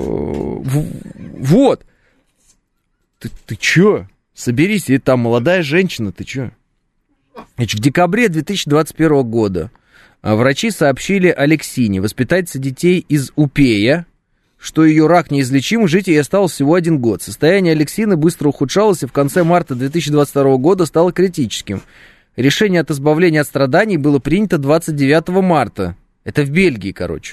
[SPEAKER 2] Вот. Ты чё? Соберись, и там молодая женщина, ты чё? Значит, в декабре 2021 года врачи сообщили Алексине, воспитательнице детей из Упея, что ее рак неизлечим, жить ей осталось всего 1 год. Состояние Алексины быстро ухудшалось и в конце марта 2022 года стало критическим. Решение от избавления от страданий было принято 29 марта. Это в Бельгии, короче.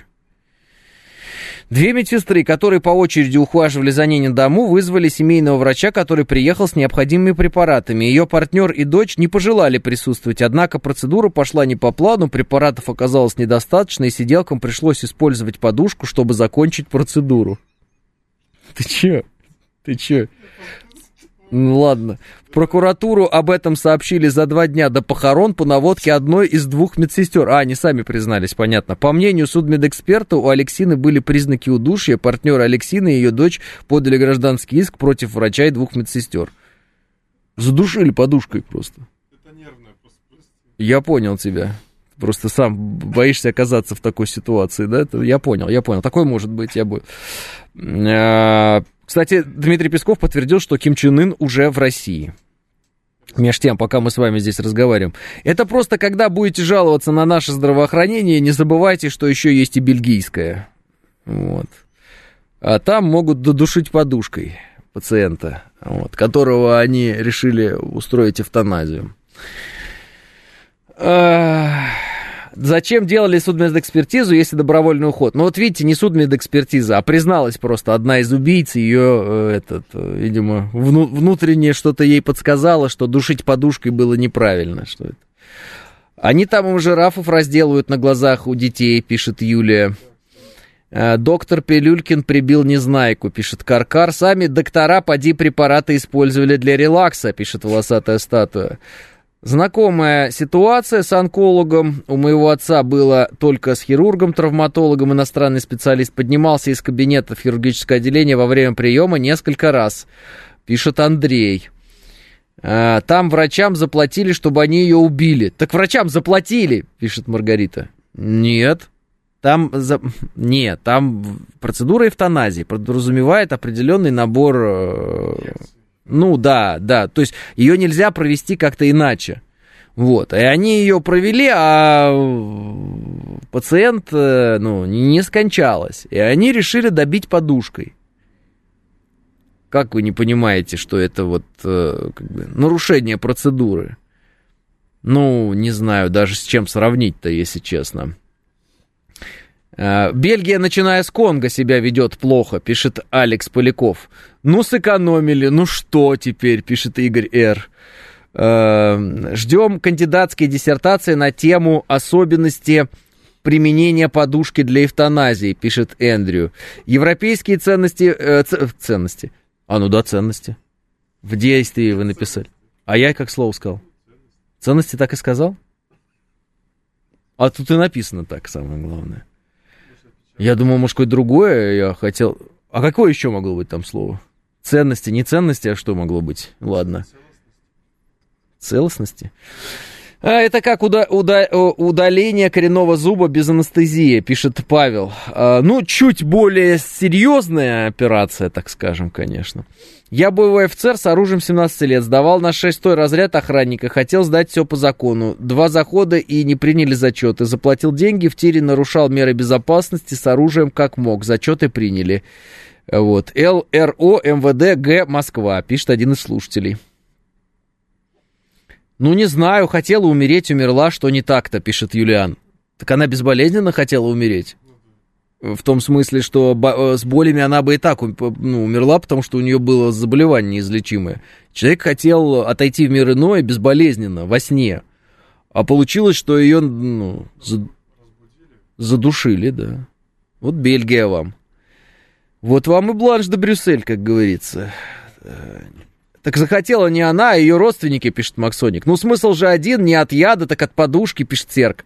[SPEAKER 2] 2 медсестры, которые по очереди ухаживали за ней на дому, вызвали семейного врача, который приехал с необходимыми препаратами. Ее партнер и дочь не пожелали присутствовать, однако процедура пошла не по плану, препаратов оказалось недостаточно, и сиделкам пришлось использовать подушку, чтобы закончить процедуру. Ты чё? Ну ладно. В прокуратуру об этом сообщили за 2 дня до похорон по наводке одной из 2 медсестер. Они сами признались, понятно. По мнению судмедэксперта, у Алексины были признаки удушья. Партнеры Алексины и ее дочь подали гражданский иск против врача и 2 медсестер. Задушили подушкой просто.
[SPEAKER 3] Это нервное просто.
[SPEAKER 2] Я понял тебя. Просто сам боишься оказаться в такой ситуации, да? Это я понял. Такое может быть, я бы... Кстати, Дмитрий Песков подтвердил, что Ким Чен Ын уже в России. Между тем, пока мы с вами здесь разговариваем. Это просто, когда будете жаловаться на наше здравоохранение, не забывайте, что еще есть и бельгийское. Вот. А там могут додушить подушкой пациента, вот, которого они решили устроить эвтаназию. Зачем делали судмедэкспертизу, если добровольный уход? Ну вот видите, не судмедэкспертиза, а призналась просто одна из убийц, ее, видимо, внутреннее что-то ей подсказало, что душить подушкой было неправильно. Что это? Они там им жирафов разделывают на глазах у детей, пишет Юлия. Доктор Пилюлькин прибил Незнайку, пишет Каркар. Сами доктора поди препараты использовали для релакса, пишет волосатая статуя. Знакомая ситуация с онкологом. У моего отца было только с хирургом, травматологом. Иностранный специалист поднимался из кабинета в хирургическое отделение во время приема несколько раз, пишет Андрей. Там врачам заплатили, чтобы они ее убили. Так врачам заплатили, пишет Маргарита. Нет. Там процедура эвтаназии подразумевает определенный набор... Ну да, то есть ее нельзя провести как-то иначе. Вот, и они ее провели, а пациент, не скончалась. И они решили добить подушкой. Как вы не понимаете, что это нарушение процедуры? Ну, не знаю даже с чем сравнить-то, если честно. Бельгия, начиная с Конго, себя ведет плохо, пишет Алекс Поляков. Ну, сэкономили, ну что теперь, пишет Игорь Р. Ждем кандидатские диссертации на тему особенности применения подушки для эвтаназии, пишет Эндрю. Европейские ценности... ценности. Ценности. В действии вы написали. А я как слово сказал? Ценности так и сказал? А тут и написано так, самое главное. Я думал, может, какое-то другое я хотел... А какое еще могло быть там слово? Ценности, не ценности, а что могло быть? Ладно. Целостности? Это как удаление коренного зуба без анестезии, пишет Павел. Чуть более серьезная операция, так скажем, конечно. Я боевой офицер с оружием 17 лет, сдавал на 6-й разряд охранника, хотел сдать все по закону. 2 захода и не приняли зачеты. Заплатил деньги, в тире нарушал меры безопасности с оружием как мог. Зачеты приняли. Вот. ЛРО МВД Г. Москва, пишет один из слушателей. Не знаю, хотела умереть, умерла, что не так-то, пишет Юлиан. Так она безболезненно хотела умереть? В том смысле, что с болями она бы и так умерла, потому что у нее было заболевание неизлечимое. Человек хотел отойти в мир иной безболезненно, во сне. А получилось, что ее задушили, да. Вот Бельгия вам. Вот вам и бланш де Брюссель, как говорится. Так захотела не она, а ее родственники, пишет Максоник. Смысл же один, не от яда, так от подушки, пишет Серк.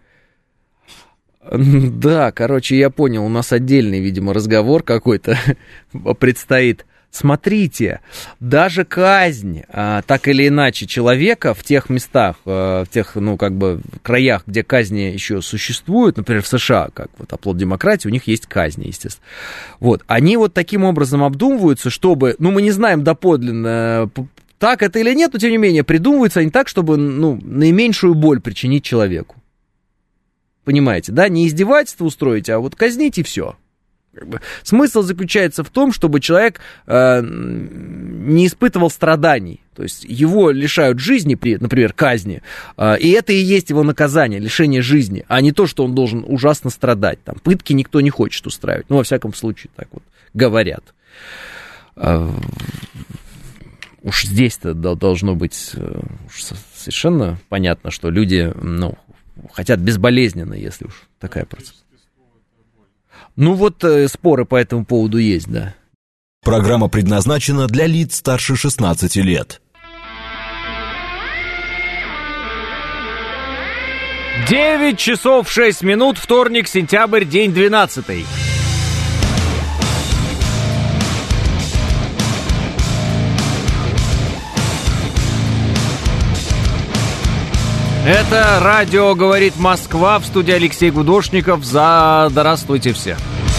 [SPEAKER 2] Да, я понял, у нас отдельный, видимо, разговор какой-то предстоит. Смотрите, даже казнь, так или иначе, человека в тех местах, в тех, краях, где казни еще существуют, например, в США, как оплот демократии, у них есть казни, естественно. Вот, они таким образом обдумываются, чтобы, мы не знаем доподлинно, так это или нет, но тем не менее, придумываются они так, чтобы, наименьшую боль причинить человеку. Понимаете, да? Не издевательство устроить, а казнить и все. Смысл заключается в том, чтобы человек не испытывал страданий. То есть его лишают жизни при, например, казни. И это и есть его наказание, лишение жизни, а не то, что он должен ужасно страдать. Там пытки никто не хочет устраивать. Во всяком случае, так говорят. Уж здесь-то должно быть совершенно понятно, что люди, хотят безболезненно, если уж такая процедура. Споры по этому поводу есть, да.
[SPEAKER 1] Программа предназначена для лиц старше 16 лет.
[SPEAKER 2] 9 часов 6 минут, вторник, сентябрь, день 12. Это радио «Говорит Москва», в студии Алексей Гудошников. Здравствуйте все.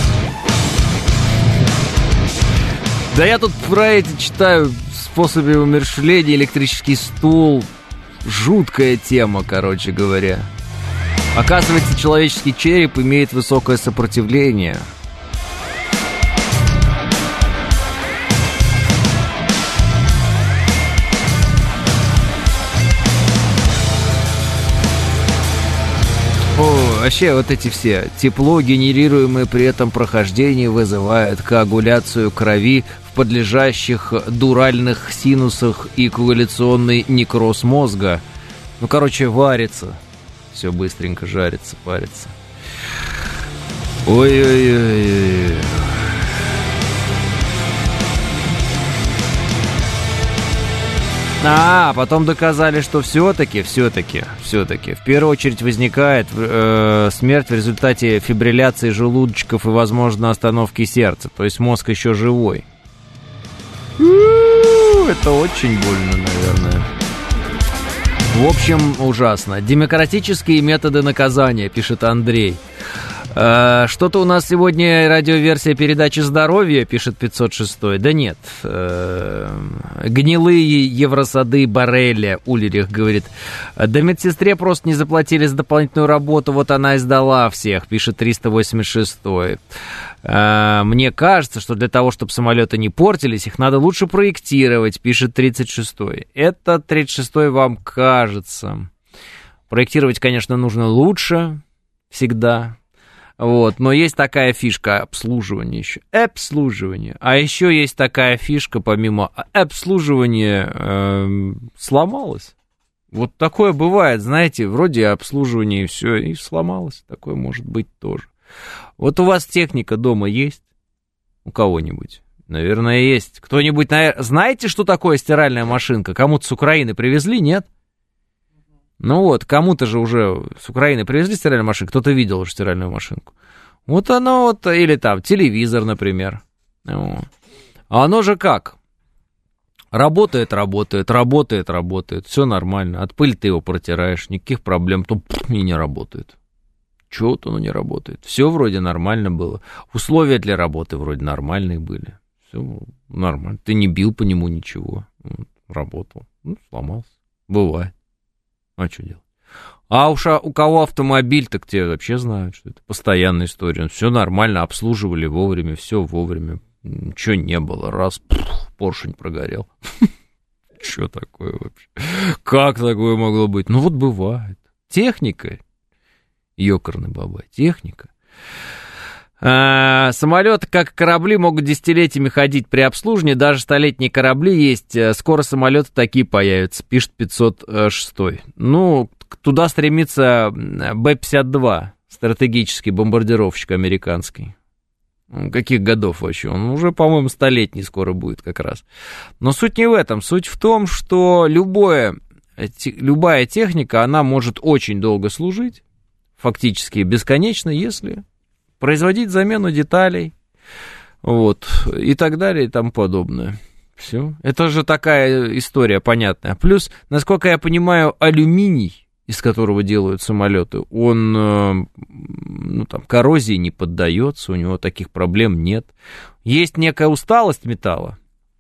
[SPEAKER 2] Да я тут про эти читаю способы умерщвления, электрический стул. Жуткая тема, короче говоря. Оказывается, человеческий череп имеет высокое сопротивление. Вообще эти все тепло, генерируемое при этом прохождении, вызывает коагуляцию крови в подлежащих дуральных синусах и коагуляционный некроз мозга. Варится. Все быстренько жарится, парится. Ой-ой-ой. Потом доказали, что все-таки, в первую очередь возникает смерть в результате фибрилляции желудочков и, возможно, остановки сердца. То есть мозг еще живой. Это очень больно, наверное. В общем, ужасно. Демократические методы наказания, пишет Андрей. Что-то у нас сегодня радиоверсия передачи «Здоровье», пишет 506. Да нет. Гнилые евросады Борреля, Ульрих говорит. Да медсестре просто не заплатили за дополнительную работу, вот она и сдала всех, пишет 386. Мне кажется, что для того, чтобы самолеты не портились, их надо лучше проектировать, пишет 36-й. Это 36-й вам кажется. Проектировать, конечно, нужно лучше всегда. Вот, но есть такая фишка обслуживания еще. Обслуживание. А еще есть такая фишка, помимо обслуживания, сломалась. Вот такое бывает, знаете, вроде обслуживания и все, и сломалось. Такое может быть тоже. Вот у вас техника дома есть? У кого-нибудь? Наверное, есть. Кто-нибудь, знаете, что такое стиральная машинка? Кому-то с Украины привезли, нет? Ну вот, кому-то же уже с Украины привезли стиральную машинку, кто-то видел уже стиральную машинку. Вот оно вот, или там телевизор, например. Вот. А оно же как? Работает, все нормально. От пыли ты его протираешь, никаких проблем, то и не работает. Чего-то оно не работает. Все вроде нормально было. Условия для работы вроде нормальные были. Все нормально. Ты не бил по нему ничего. Работал. Сломался. Бывает. А что делать? А уж у кого автомобиль, так те вообще знают, что это постоянная история. Все нормально, обслуживали вовремя, все вовремя. Ничего не было. Раз, поршень прогорел. Что такое вообще? Как такое могло быть? Ну вот бывает. Техника. Ёкарный баба. Техника. Самолеты, как корабли, могут десятилетиями ходить при обслуживании. Даже столетние корабли есть. Скоро самолеты такие появятся, пишет 506. Ну, туда стремится Б-52, стратегический бомбардировщик американский. Каких годов вообще? Он уже, по-моему, столетний скоро будет как раз. Но суть не в этом. Суть в том, что любая техника, она может очень долго служить, фактически бесконечно, если производить замену деталей, вот, и так далее, и тому подобное. Все. Это же такая история понятная. Плюс, насколько я понимаю, алюминий, из которого делают самолеты, он, коррозии не поддается, у него таких проблем нет. Есть некая усталость металла,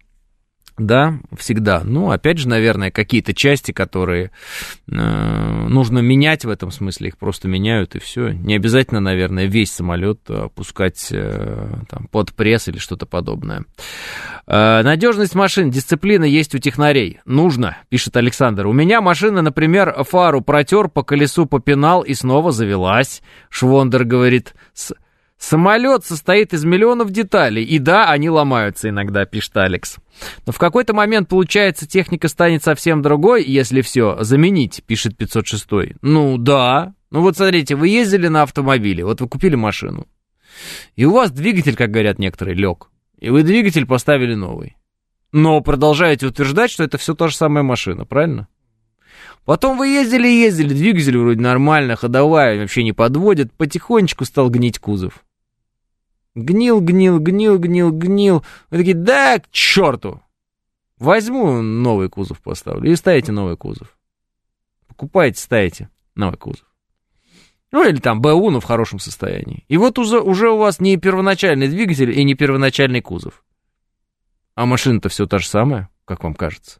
[SPEAKER 2] да, всегда. Ну, опять же, наверное, какие-то части, которые нужно менять в этом смысле, их просто меняют, и все. Не обязательно, наверное, весь самолет опускать под пресс или что-то подобное. Надежность машин, дисциплина есть у технарей. Нужно, пишет Александр. У меня машина, например, фару протер, по колесу попинал и снова завелась. Швондер говорит... Самолет состоит из миллионов деталей, и да, они ломаются иногда, пишет Алекс. Но в какой-то момент, получается, техника станет совсем другой, если все заменить, пишет 506. Ну да, ну вот смотрите, вы ездили на автомобиле, вот вы купили машину, и у вас двигатель, как говорят некоторые, лег, и вы двигатель поставили новый. Но продолжаете утверждать, что это все та же самая машина, правильно? Потом вы ездили, двигатель вроде нормально, ходовая, вообще не подводит, потихонечку стал гнить кузов. Гнил. Вы такие, да, к черту. Возьму новый кузов поставлю. И ставите новый кузов. Покупаете, ставите новый кузов. Ну, или там БУ, но в хорошем состоянии. И вот уже у вас не первоначальный двигатель и не первоначальный кузов. А машина-то все та же самая, как вам кажется.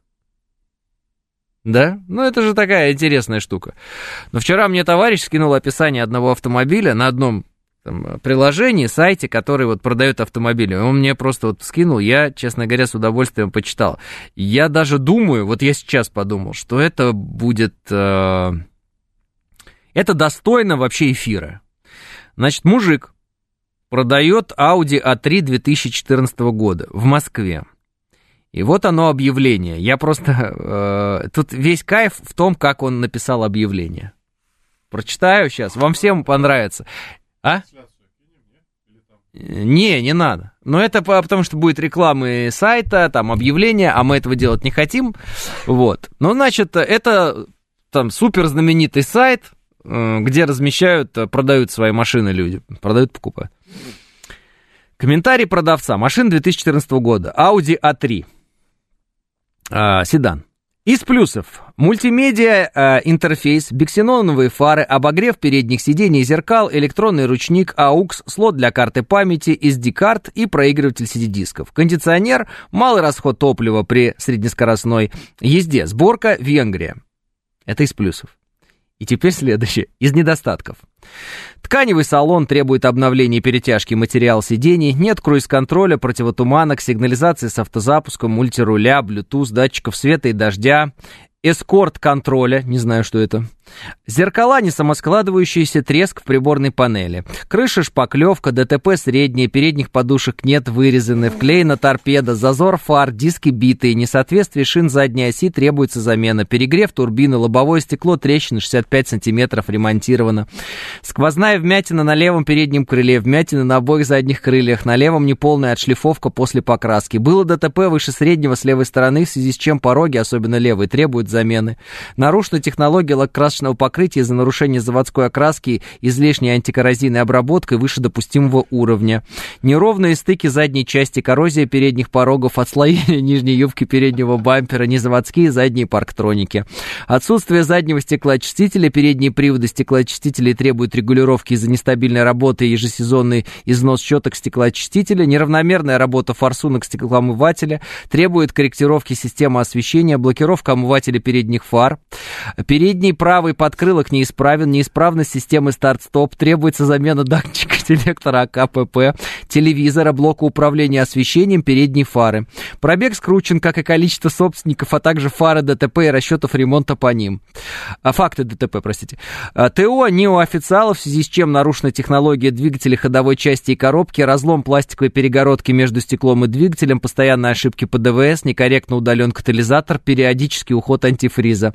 [SPEAKER 2] Да? Ну, это же такая интересная штука. Но вчера мне товарищ скинул описание одного автомобиля на одном приложении, сайте, который вот продает автомобили. Он мне просто вот скинул, я, честно говоря, с удовольствием почитал. Я даже думаю, вот я сейчас подумал, что это будет... это достойно вообще эфира. Значит, мужик продает Audi A3 2014 года в Москве. И вот оно объявление. Я просто... тут весь кайф в том, как он написал объявление. Прочитаю сейчас, вам всем понравится. А? Не надо. Но это потому, что будет рекламы сайта, там объявления, а мы этого делать не хотим. Вот. Ну, значит, это там супер знаменитый сайт, где продают свои машины люди. Продают, покупают. Комментарий продавца. Машина 2014 года. Audi A3. Седан. Из плюсов. Мультимедиа интерфейс, биксеноновые фары, обогрев передних сидений и зеркал, электронный ручник, AUX, слот для карты памяти, SD-карт и проигрыватель CD-дисков. Кондиционер, малый расход топлива при среднескоростной езде. Сборка Венгрия. Это из плюсов. И теперь следующее. Из недостатков. Тканевый салон требует обновления и перетяжки материала сидений, нет круиз-контроля, противотуманок, сигнализации с автозапуском, мультируля, Bluetooth, датчиков света и дождя, эскорт-контроля, не знаю, что это, зеркала не самоскладывающиеся, треск в приборной панели, крыша шпаклевка, ДТП средние, передних подушек нет, вырезаны, вклеена торпеда, зазор фар, диски битые, несоответствие шин задней оси, требуется замена, перегрев турбины, лобовое стекло, трещины 65 сантиметров, ремонтировано, сквозная вмятина на левом переднем крыле, вмятина на обоих задних крыльях, на левом неполная отшлифовка после покраски, было ДТП выше среднего с левой стороны, в связи с чем пороги, особенно левые, требуют замены, нарушена технология лакокрасочного покрытия из-за нарушения заводской окраски, излишней антикоррозийной обработкой выше допустимого уровня. Неровные стыки задней части, коррозия передних порогов, отслоение нижней юбки переднего бампера, незаводские задние парктроники. Отсутствие заднего стеклоочистителя, передние приводы стеклоочистителей требуют регулировки из-за нестабильной работы и ежесезонный износ щеток стеклоочистителя, неравномерная работа форсунок стеклоомывателя требует корректировки системы освещения, блокировка омывателя передних фар, передний правый подкрылок неисправен, неисправность системы старт-стоп, требуется замена датчика селектора АКПП, телевизора, блока управления освещением, передней фары. Пробег скручен, как и количество собственников, а также фары ДТП и расчетов ремонта по ним. Факты ДТП, простите. ТО неоофициалов, в связи с чем нарушена технология двигателя, ходовой части и коробки, разлом пластиковой перегородки между стеклом и двигателем, постоянные ошибки по ДВС, некорректно удален катализатор, периодический уход антифриза.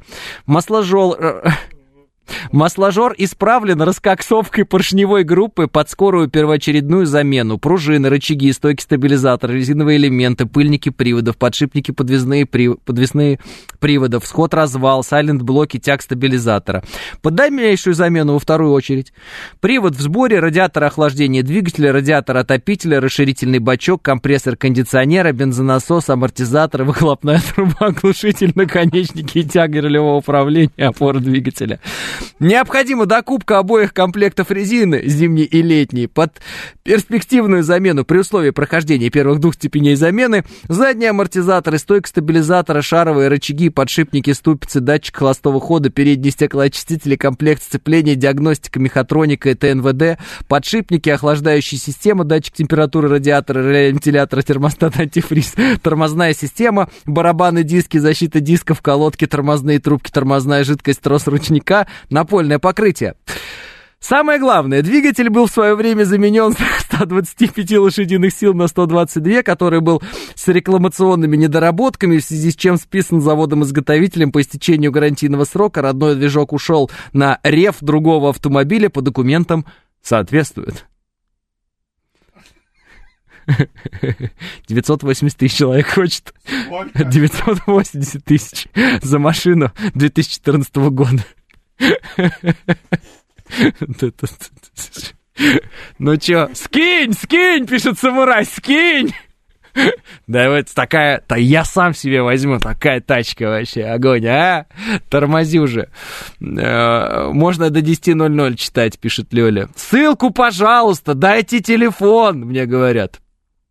[SPEAKER 2] Масложор исправлен раскоксовкой поршневой группы под скорую первоочередную замену. Пружины, рычаги, стойки стабилизатора, резиновые элементы, пыльники приводов, подшипники подвесные приводов, сход-развал, сайлент-блоки, тяг стабилизатора. Под дальнейшую замену во вторую очередь. Привод в сборе, радиатор охлаждения двигателя, радиатор отопителя, расширительный бачок, компрессор кондиционера, бензонасос, амортизатор, выхлопная труба, глушитель, наконечники и тяги рулевого управления, опора двигателя. Необходима докупка обоих комплектов резины, зимней и летней, под перспективную замену при условии прохождения первых двух степеней замены, задние амортизаторы, стойка стабилизатора, шаровые рычаги, подшипники, ступицы, датчик холостого хода, передние стеклоочистители, комплект сцепления, диагностика, мехатроника и ТНВД, подшипники, охлаждающая система, датчик температуры радиатора, вентилятора, термостат, антифриз, тормозная система, барабаны, диски, защита дисков, колодки, тормозные трубки, тормозная жидкость, трос ручника, напольное покрытие. Самое главное, двигатель был в свое время заменен с 125 лошадиных сил на 122, который был с рекламационными недоработками, в связи с чем списан заводом-изготовителем по истечению гарантийного срока. Родной движок ушел на рев другого автомобиля, по документам соответствует. 980 тысяч человек хочет. 980 тысяч за машину 2014 года. Ну чё, скинь, пишет самурай, скинь. Да вот такая, я сам себе возьму, такая тачка вообще, огонь, а? Тормози уже. Можно до 10:00 читать, пишет Лёля. Ссылку, пожалуйста, дайте телефон, мне говорят.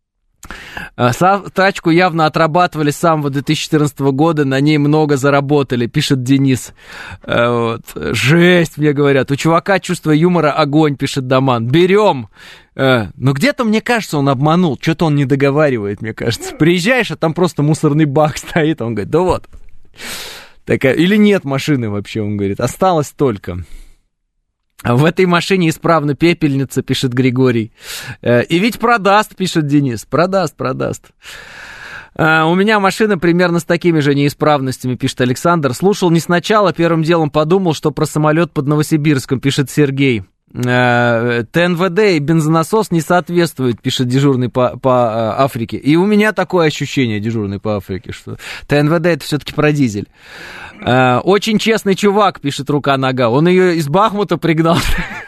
[SPEAKER 2] Тачку явно отрабатывали с самого 2014 года, на ней много заработали, пишет Денис. Вот. Жесть, мне говорят. У чувака чувство юмора огонь, пишет Даман. Берем. Но где-то, мне кажется, он обманул. Что-то он не договаривает, мне кажется. Приезжаешь, а там просто мусорный бак стоит. Он говорит, да вот. Такая... Или нет машины вообще, он говорит. Осталось только. В этой машине исправна пепельница, пишет Григорий. И ведь продаст, пишет Денис. Продаст. У меня машина примерно с такими же неисправностями, пишет Александр. Слушал не сначала, первым делом подумал, что про самолет под Новосибирском, пишет Сергей. ТНВД и бензонасос не соответствуют, пишет дежурный по Африке. И у меня такое ощущение, дежурный по Африке, что ТНВД это все-таки про дизель. Очень честный чувак, пишет рука-нога. Он ее из Бахмута пригнал.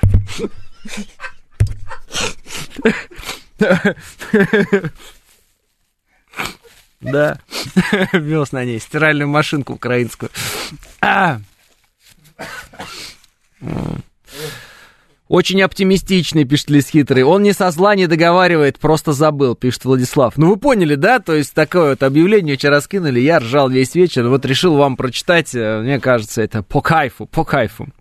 [SPEAKER 2] Да, вез на ней стиральную машинку украинскую. Очень оптимистичный, пишет Лис Хитрый. Он не со зла не договаривает, просто забыл, пишет Владислав. Ну, вы поняли, да? То есть, такое вот объявление вчера скинули, я ржал весь вечер, вот решил вам прочитать, мне кажется, это по кайфу, по кайфу.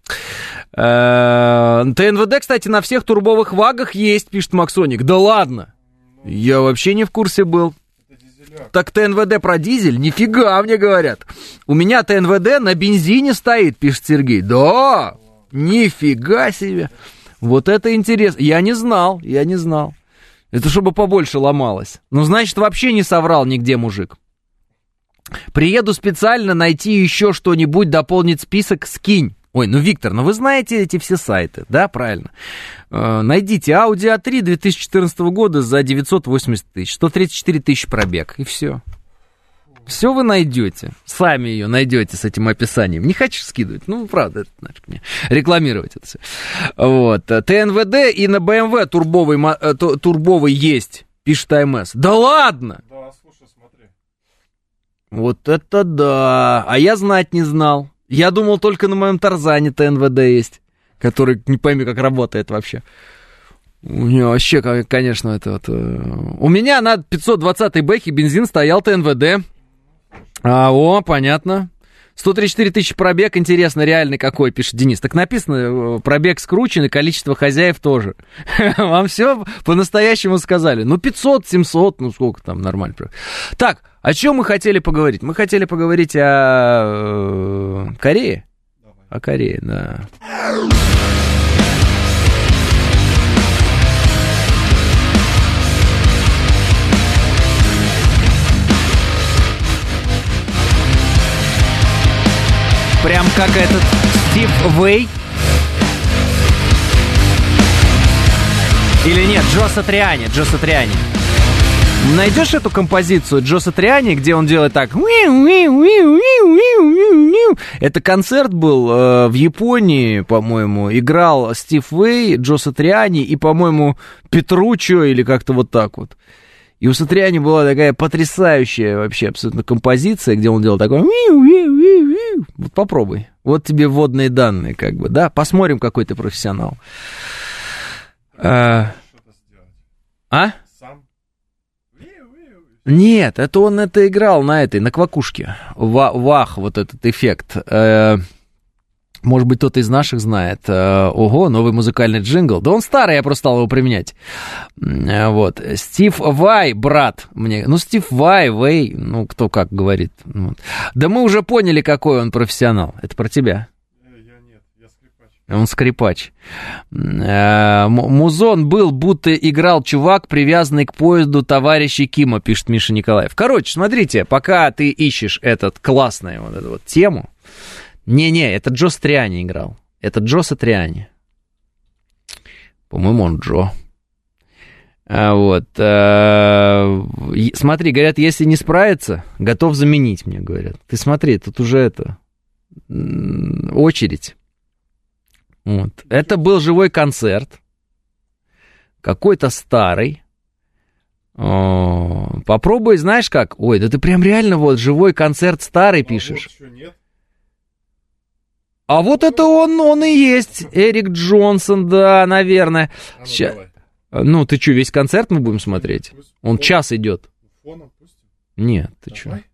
[SPEAKER 2] ТНВД, кстати, на всех турбовых вагах есть, пишет Максоник. Да ладно? Я вообще не в курсе был. Так ТНВД про дизель? Нифига, мне говорят. У меня ТНВД на бензине стоит, пишет Сергей. Да, нифига себе. Вот это интересно. Я не знал. Это чтобы побольше ломалось. Ну, значит, вообще не соврал нигде мужик. Приеду специально найти еще что-нибудь, дополнить список, скинь. Ой, ну, Виктор, ну вы знаете эти все сайты, да, правильно? Найдите Audi A3 2014 года за 980 тысяч, 134 тысячи пробег, и все. Все вы найдете, сами ее найдете с этим описанием. Не хочу скидывать, ну, правда, это значит мне рекламировать это все. Вот, ТНВД и на BMW турбовый есть, пишет АМС. Да ладно!
[SPEAKER 3] Да, слушай, смотри.
[SPEAKER 2] Вот это да, а я знать не знал. Я думал, только на моем Тарзане ТНВД есть, который не пойми, как работает вообще. У меня вообще, конечно, это вот... У меня на 520-й бэхе бензин стоял ТНВД. Понятно. 134 тысячи пробег, интересно, реальный какой, пишет Денис. Так написано, пробег скручен, и количество хозяев тоже. Вам все по-настоящему сказали. Ну, 500, 700, ну, сколько там, нормально. Так, о чем мы хотели поговорить? Мы хотели поговорить о Корее. О Корее, да. Прям как этот Стив Вэй. Или нет, Джо Сатриани. Найдешь эту композицию Джо Сатриани, где он делает так? Это концерт был в Японии, по-моему. Играл Стив Вэй, Джо Сатриани и, по-моему, Петруччо или как-то вот так вот. И у Сатриани была такая потрясающая вообще абсолютно композиция, где он делал такой... Вот попробуй. Вот тебе вводные данные, как бы, да? Посмотрим, какой ты профессионал.
[SPEAKER 3] Сам?
[SPEAKER 2] Нет, это он играл на квакушке. Вах, вот этот эффект. Может быть, кто-то из наших знает. Ого, новый музыкальный джингл. Да он старый, я просто стал его применять. Вот. Стив Вай, брат. Стив Вэй, ну, кто как говорит. Вот. Да мы уже поняли, какой он профессионал. Это про тебя.
[SPEAKER 3] Я скрипач.
[SPEAKER 2] Он скрипач. Музон был, будто играл чувак, привязанный к поезду товарища Кима, пишет Миша Николаев. Короче, смотрите, пока ты ищешь классную вот эту вот тему... Не, это Джо Сатриани играл. Это Джо Сатриани. По-моему, он Джо. Смотри, говорят, если не справится, готов заменить, мне говорят. Ты смотри, тут уже очередь. Вот. Это был живой концерт. Какой-то старый. Попробуй, знаешь как? Ой, да ты прям реально вот живой концерт старый пишешь.
[SPEAKER 3] Вот, нет?
[SPEAKER 2] А вот это он и есть. Эрик Джонсон, да, наверное. Сейчас. Ну, ты что, весь концерт мы будем смотреть? Он час идет.
[SPEAKER 3] Фоном пустим?
[SPEAKER 2] Нет, ты что?
[SPEAKER 3] Давай,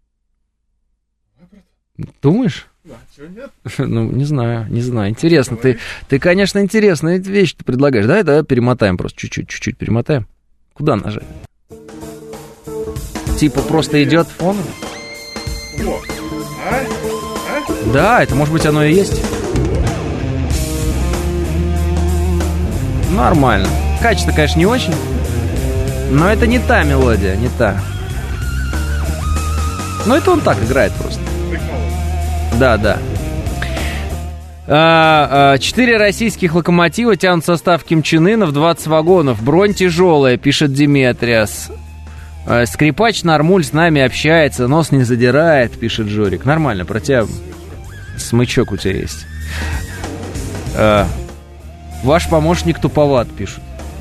[SPEAKER 2] Думаешь?
[SPEAKER 3] Да, чего нет?
[SPEAKER 2] Ну, не знаю. Интересно. Ты, конечно, интересные вещи ты предлагаешь. Давай перемотаем просто чуть-чуть перемотаем. Куда нажать? Типа просто идет фоном?
[SPEAKER 3] О,
[SPEAKER 2] Да, это может быть оно и есть. Нормально. Качество, конечно, не очень. Но это не та мелодия, не та. Но это он так играет просто.
[SPEAKER 3] Прикол.
[SPEAKER 2] Да. 4 российских локомотива тянут состав Ким Чен Ына в 20 вагонов. Бронь тяжелая, пишет Диметриас. Скрипач Нормуль с нами общается, нос не задирает, пишет Жорик. Нормально, про тебя смычок у тебя есть. Ваш помощник туповат, пишут.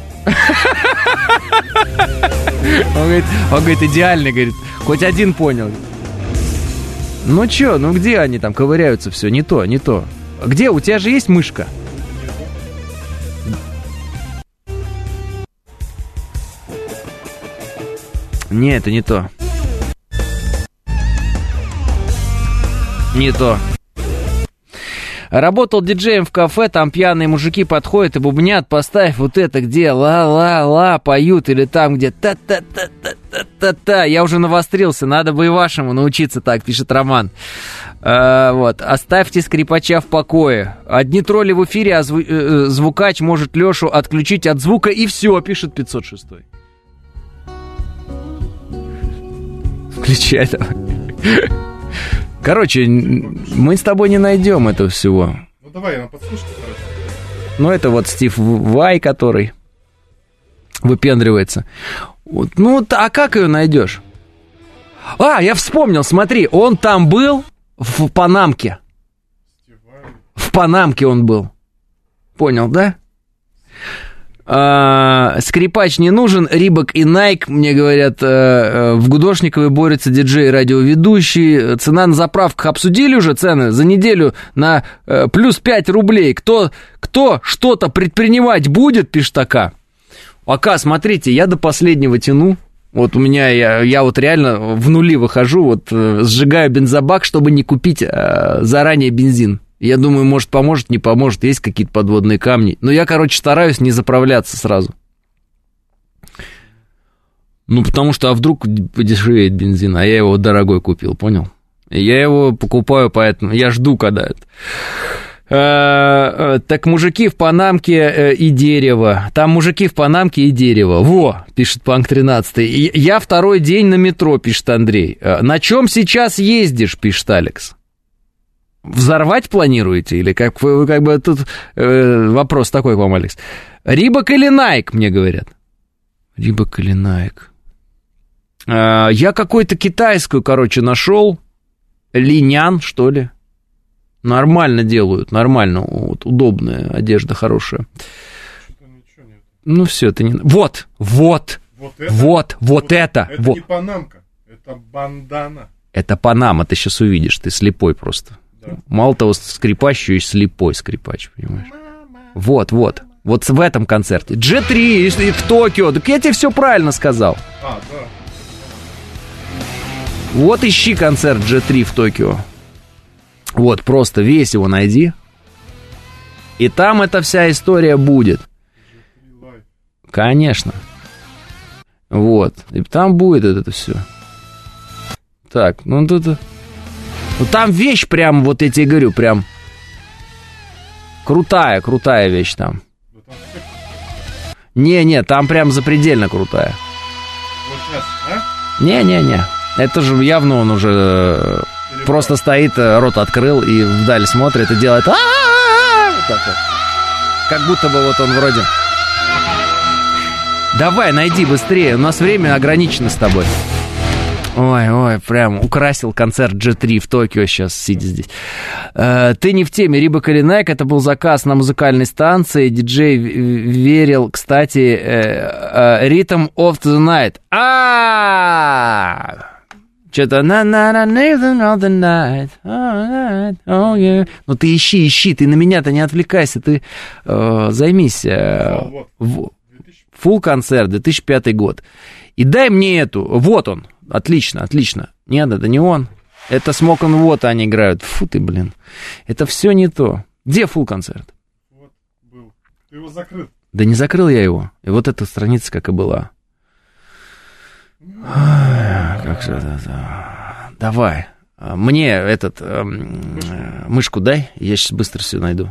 [SPEAKER 2] Он говорит, идеальный, говорит, хоть один понял. Ну чё, ну где они там ковыряются все? Не то, не то. Где? У тебя же есть мышка? Не, это не то. Не то. Работал диджеем в кафе, там пьяные мужики подходят и бубнят, поставь вот это, где ла-ла-ла поют, или там, где та-та-та-та-та-та. Я уже навострился, надо бы и вашему научиться так, пишет Роман. Вот, оставьте скрипача в покое. Одни тролли в эфире, а звукач может Лешу отключить от звука, и все, пишет 506. Включай давай. Короче, мы с тобой не найдем этого всего.
[SPEAKER 3] Ну давай, я подслушаю, короче.
[SPEAKER 2] Ну это вот Стив Вай, который выпендривается. Ну, а как ее найдешь? Я вспомнил, смотри, он там был в Панамке. В Панамке он был. Понял, да? Скрипач не нужен, Рибок и Найк, мне говорят, в Гудошниковой борются диджеи, радиоведущие. Цена на заправках, обсудили уже цены за неделю на плюс 5 рублей. Кто что-то предпринимать будет, пишет АК. АК, смотрите, я до последнего тяну. Вот у меня, я вот реально в нули выхожу, вот сжигаю бензобак, чтобы не купить заранее бензин. Я думаю, может, поможет, не поможет, есть какие-то подводные камни. Но я, короче, стараюсь не заправляться сразу. Ну, потому что, а вдруг подешевеет бензин, а я его дорогой купил, понял? Я его покупаю, поэтому я жду, когда это. Так мужики в Панамке и дерево. Там мужики в Панамке и дерево. Во, пишет Панк 13. Я второй день на метро, пишет Андрей. На чем сейчас ездишь, пишет Алекс. Взорвать планируете? Или как бы тут вопрос такой к вам, Алекс. Рибок или Найк, мне говорят. Рибок или Найк. Я какую-то китайскую, короче, нашел. Линян, что ли. Нормально делают, нормально. Вот, удобная одежда, хорошая. Ну все, это не... Вот это.
[SPEAKER 3] Это не Панамка, это бандана.
[SPEAKER 2] Это Панама, ты сейчас увидишь, ты слепой просто. Да. Мало того, скрипач, еще и слепой скрипач, понимаешь? Вот в этом концерте. G3 в Токио, так я тебе все правильно сказал.
[SPEAKER 3] Да.
[SPEAKER 2] Вот ищи концерт G3 в Токио. Вот, просто весь его найди. И там эта вся история будет. Конечно. Вот. И там будет это все. Так, ну тут... Ну там вещь прям, вот я тебе говорю, прям... Крутая вещь там. Не, там прям запредельно крутая.
[SPEAKER 3] Вот сейчас, а?
[SPEAKER 2] Не. Это же явно он уже просто стоит, рот открыл и вдаль смотрит и делает... Вот так вот. Как будто бы вот он вроде... Давай, найди быстрее, у нас время ограничено с тобой. Ой, прям украсил концерт G3 в Токио сейчас, сидя здесь. Ты не в теме, Рибок или Найк, это был заказ на музыкальной станции, диджей верил, кстати, Rhythm of the Night. Что-то Rhythm of the Night. Oh, yeah. Ну ты ищи, ты на меня-то не отвлекайся, ты займись. Фулл концерт, 2005 год. И дай мне эту, вот он. Отлично. Нет, это не он. Это Smoke on Water они играют. Фу ты, блин. Это все не то. Где фулл концерт?
[SPEAKER 3] Вот был. Ты его закрыл.
[SPEAKER 2] Да не закрыл я его. И вот эта страница как и была. Как же это? Давай. Мне мышку дай. Я сейчас быстро все найду.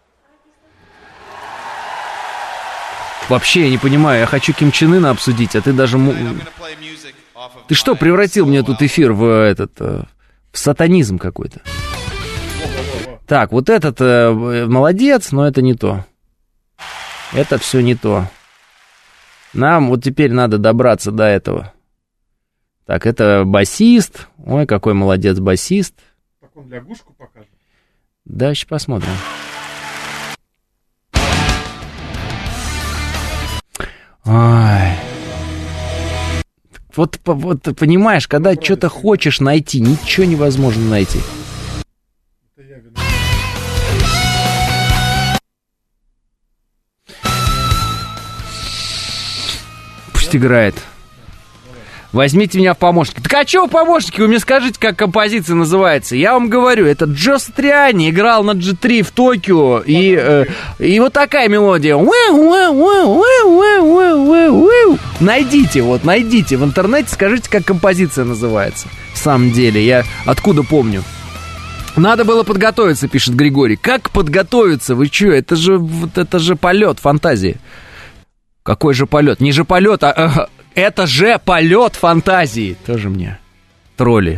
[SPEAKER 2] Вообще, я не понимаю, я хочу Ким Чен Ына обсудить, а ты даже... Ты что, превратил мне тут эфир в в сатанизм какой-то? Так, вот этот молодец, но это не то. Это все не то. Нам вот теперь надо добраться до этого. Так, это басист. Ой, какой молодец басист.
[SPEAKER 3] Так он лягушку покажет.
[SPEAKER 2] Да, сейчас посмотрим. Ой. Вот понимаешь, когда что-то хочешь найти, ничего невозможно найти.
[SPEAKER 3] Это я виноват.
[SPEAKER 2] Пусть играет. Возьмите меня в помощники. Так а что в помощники? Вы мне скажите, как композиция называется. Я вам говорю, это Джо Сатриани играл на G3 в Токио. И вот такая мелодия. Найдите в интернете, скажите, как композиция называется. В самом деле, я откуда помню. Надо было подготовиться, пишет Григорий. Как подготовиться? Вы что? Это же полет фантазии. Какой же полет? Не же полет, а... Это же полет фантазии. Тоже мне. Тролли.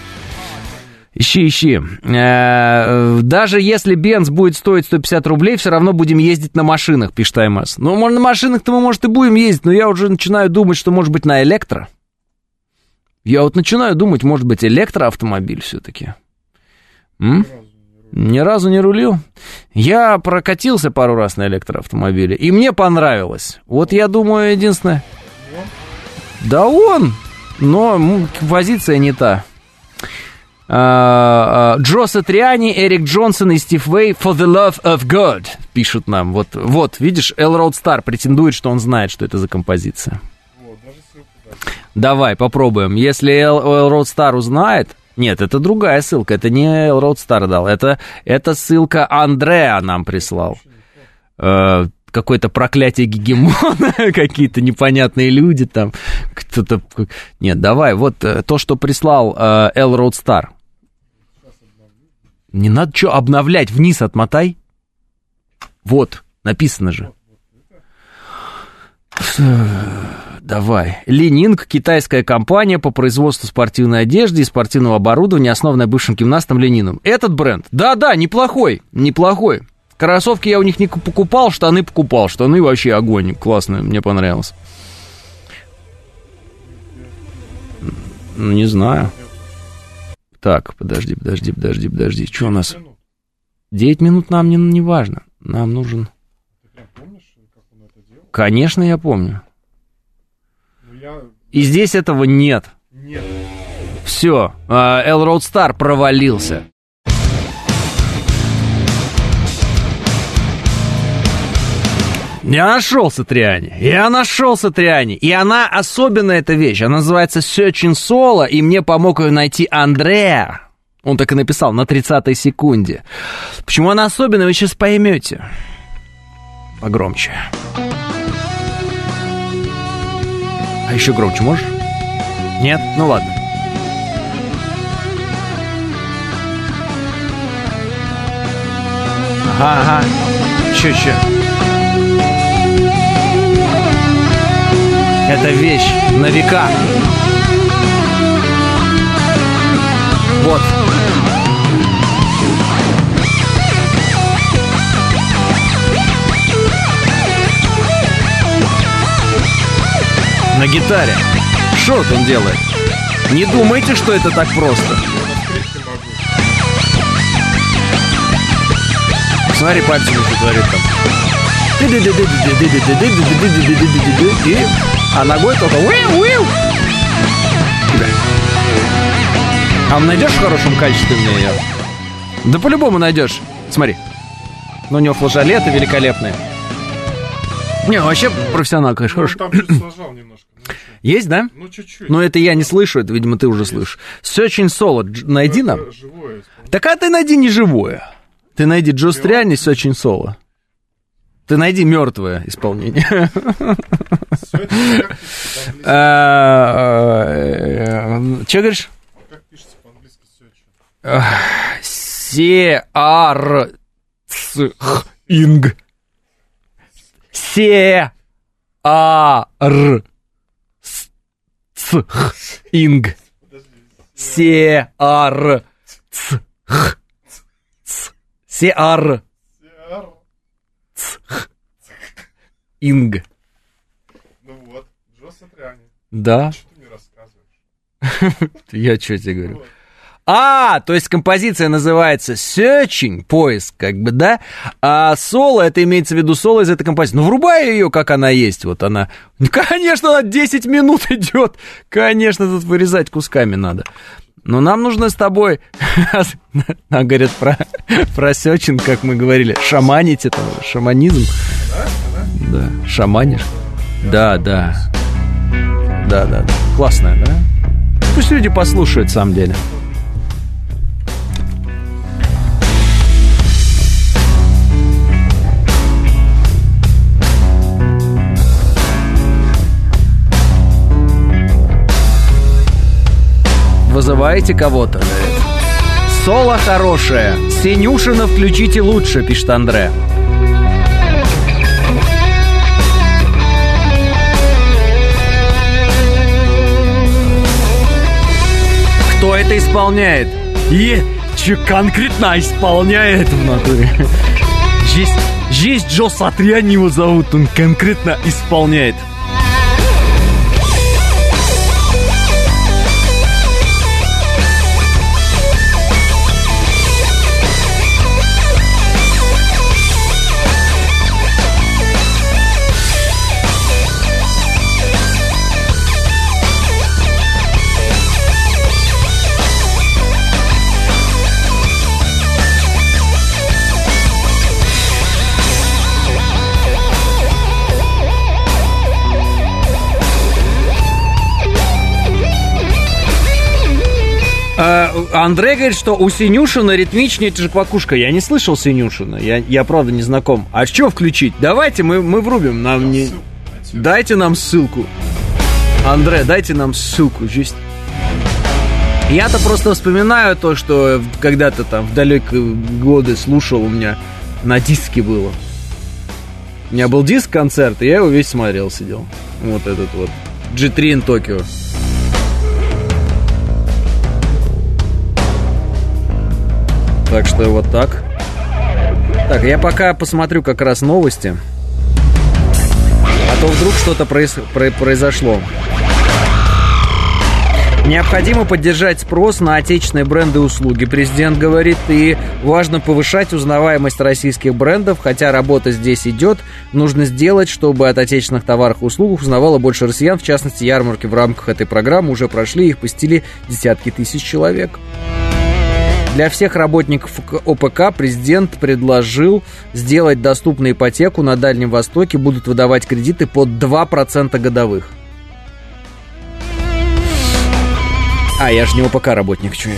[SPEAKER 2] Ищи. Даже если Бенц будет стоить 150 рублей, все равно будем ездить на машинах, пишет АМС. Ну, на машинах-то мы, может, и будем ездить, но я уже начинаю думать, что, может быть, на электро. Я вот начинаю думать, может быть, электроавтомобиль все-таки. Ни разу не рулил. Я прокатился пару раз на электроавтомобиле, и мне понравилось. Вот я думаю, единственное... Да он, но позиция не та. Джо Сатриани, Эрик Джонсон и Стив Вэй «For the love of God» пишут нам. Вот, видишь, Элроуд Стар претендует, что он знает, что это за композиция.
[SPEAKER 3] Вот, даже ссылку дать.
[SPEAKER 2] Давай, попробуем. Если Элроуд Стар узнает... Нет, это другая ссылка, это не Элроуд Стар дал. Это ссылка Андреа нам прислал. Какое-то проклятие гегемона, какие-то непонятные люди там, кто-то... Нет, давай, вот то, что прислал Элроуд Стар. Не надо что обновлять, вниз отмотай. Вот, написано же. Давай. Ли-Нинг, китайская компания по производству спортивной одежды и спортивного оборудования, основанная бывшим гимнастом Лениным. Этот бренд, да, неплохой. Кроссовки я у них не покупал, штаны покупал. Штаны вообще огонь, классно, мне понравилось. Не знаю. Так, подожди. Что у нас? 9 минут нам не важно. Нам нужен...
[SPEAKER 3] Ты прям помнишь, как он это делал?
[SPEAKER 2] Конечно, я помню.
[SPEAKER 3] Ну,
[SPEAKER 2] И здесь этого нет.
[SPEAKER 3] Нет.
[SPEAKER 2] Все, Элроуд Стар провалился. Я нашел Сатриани. И она особенная эта вещь. Она называется Searching Solo, и мне помог ее найти Андреа. Он так и написал, на 30-й секунде. Почему она особенная, вы сейчас поймете. Погромче. А еще громче можешь? Нет? Ну ладно. Ага. Че. Это вещь на века. Вот. На гитаре. Что он делает? Не думайте, что это так просто. Смотри, пальцами что творит там. А ногой только... А найдешь в хорошем качестве мне ее? Да по-любому найдешь. Смотри. Ну, у него флажолеты великолепные. Не, вообще профессионал, конечно, хороший.
[SPEAKER 3] Там чуть сложал немножко.
[SPEAKER 2] Есть, да?
[SPEAKER 3] Ну, чуть-чуть.
[SPEAKER 2] Но это я не слышу, это, видимо, ты уже слышишь. Searching Solo, найди нам.
[SPEAKER 3] Живое.
[SPEAKER 2] Так а ты найди не живое. Ты найди Джо Сатриани, Searching Solo. Ты найди мертвое исполнение. Че говоришь?
[SPEAKER 3] Как пишется по-английски
[SPEAKER 2] Сеарцинг. Сеарцинг. Сеар. Инг.
[SPEAKER 3] Ну вот, Джо Сатриани.
[SPEAKER 2] Да.
[SPEAKER 3] Что ты мне рассказываешь?
[SPEAKER 2] Я что тебе говорю? То есть композиция называется Searching, поиск, как бы, да? А соло, это имеется в виду соло из этой композиции. Ну, врубай ее, как она есть. Вот она. Конечно, она 10 минут идет. Конечно, тут вырезать кусками надо. Но нам нужно с тобой, нам говорят про searching, как мы говорили, шаманить это, шаманизм. Да, шаманишь. Да. Классная, да? Пусть люди послушают, в самом деле. Вызываете кого-то? Соло хорошее. Синюшина включите лучше, пишет Андре. Кто это исполняет? Че конкретно исполняет в натуре? Здесь Джо Сатриани его зовут, он конкретно исполняет. Андрей говорит, что у Синюшина ритмичнее, это же квакушка. Я не слышал Синюшина, я правда не знаком. А что включить? Давайте мы врубим. Нам не... Дайте нам ссылку. Андре, дайте нам ссылку. Я-то просто вспоминаю то, что когда-то там в далекие годы слушал, у меня на диске было. У меня был диск-концерт, и я его весь смотрел, сидел. Вот этот вот. G3 in Tokyo. Так что вот так. Так, я пока посмотрю как раз новости. А то вдруг что-то произошло. Необходимо поддержать спрос на отечественные бренды и услуги, президент говорит, и важно повышать узнаваемость российских брендов, хотя работа здесь идет. Нужно сделать, чтобы от отечественных товаров и услуг узнавало больше россиян. В частности, ярмарки в рамках этой программы уже прошли, их посетили десятки тысяч человек. Для всех работников ОПК президент предложил сделать доступную ипотеку на Дальнем Востоке. Будут выдавать кредиты под 2% годовых. Я же не ОПК работник, что я?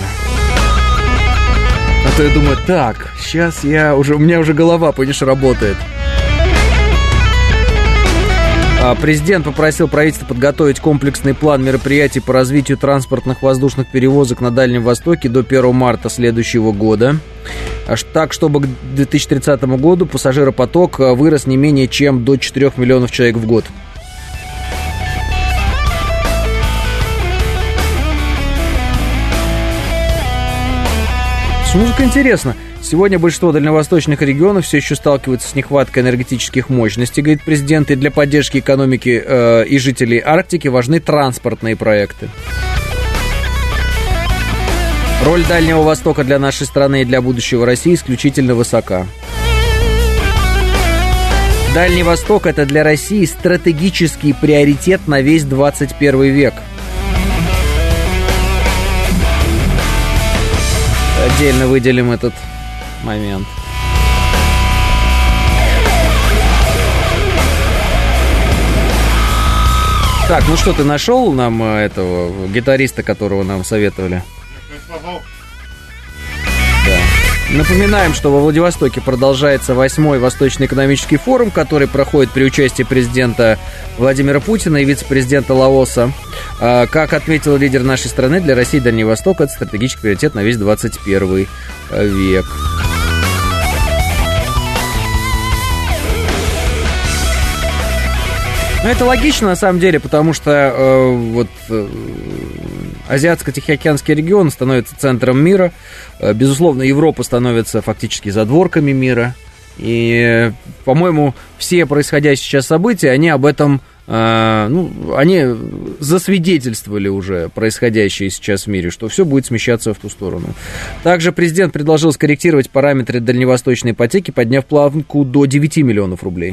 [SPEAKER 2] А то я думаю, так, сейчас у меня уже голова, понимаешь, работает. Президент попросил правительство подготовить комплексный план мероприятий по развитию транспортных воздушных перевозок на Дальнем Востоке до 1 марта следующего года. Так, чтобы к 2030 году пассажиропоток вырос не менее чем до 4 миллионов человек в год. Музыка интересна. Сегодня большинство дальневосточных регионов все еще сталкиваются с нехваткой энергетических мощностей, говорит президент, и для поддержки экономики и жителей Арктики важны транспортные проекты. Роль Дальнего Востока для нашей страны и для будущего России исключительно высока. Дальний Восток – это для России стратегический приоритет на весь 21 век. Отдельно выделим этот момент. Так, ну что, ты нашел нам этого гитариста, которого нам советовали? Да. Напоминаем, что во Владивостоке продолжается 8-й Восточный экономический форум, который проходит при участии президента Владимира Путина и вице-президента Лаоса. Как отметил лидер нашей страны, для России Дальний Восток – это стратегический приоритет на весь 21 век. Ну, это логично, на самом деле, потому что Азиатско-Тихоокеанский регион становится центром мира. Безусловно, Европа становится фактически задворками мира. И, по-моему, все происходящие сейчас события, они об этом, они засвидетельствовали уже происходящее сейчас в мире, что все будет смещаться в ту сторону. Также президент предложил скорректировать параметры дальневосточной ипотеки, подняв планку до 9 миллионов рублей.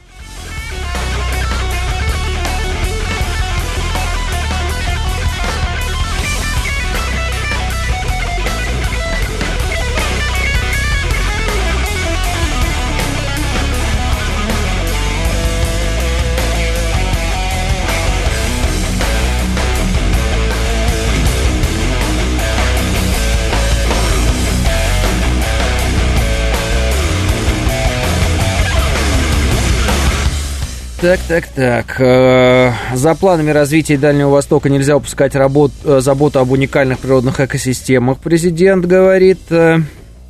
[SPEAKER 2] Так. За планами развития Дальнего Востока нельзя упускать заботу об уникальных природных экосистемах, президент говорит. Это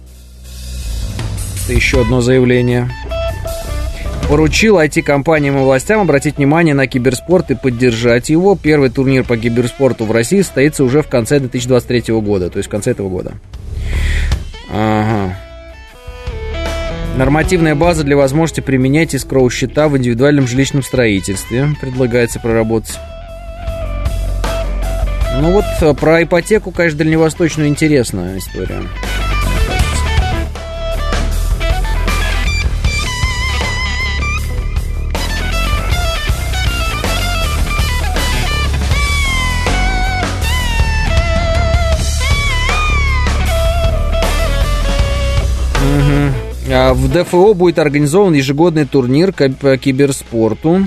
[SPEAKER 2] еще одно заявление. Поручил IT-компаниям и властям обратить внимание на киберспорт и поддержать его. Первый турнир по киберспорту в России состоится уже в конце 2023 года, то есть в конце этого года. Ага. Нормативная база для возможности применять эскроу-счета в индивидуальном жилищном строительстве предлагается проработать. Ну вот, про ипотеку, конечно, дальневосточную интересная история. В ДФО будет организован ежегодный турнир по киберспорту.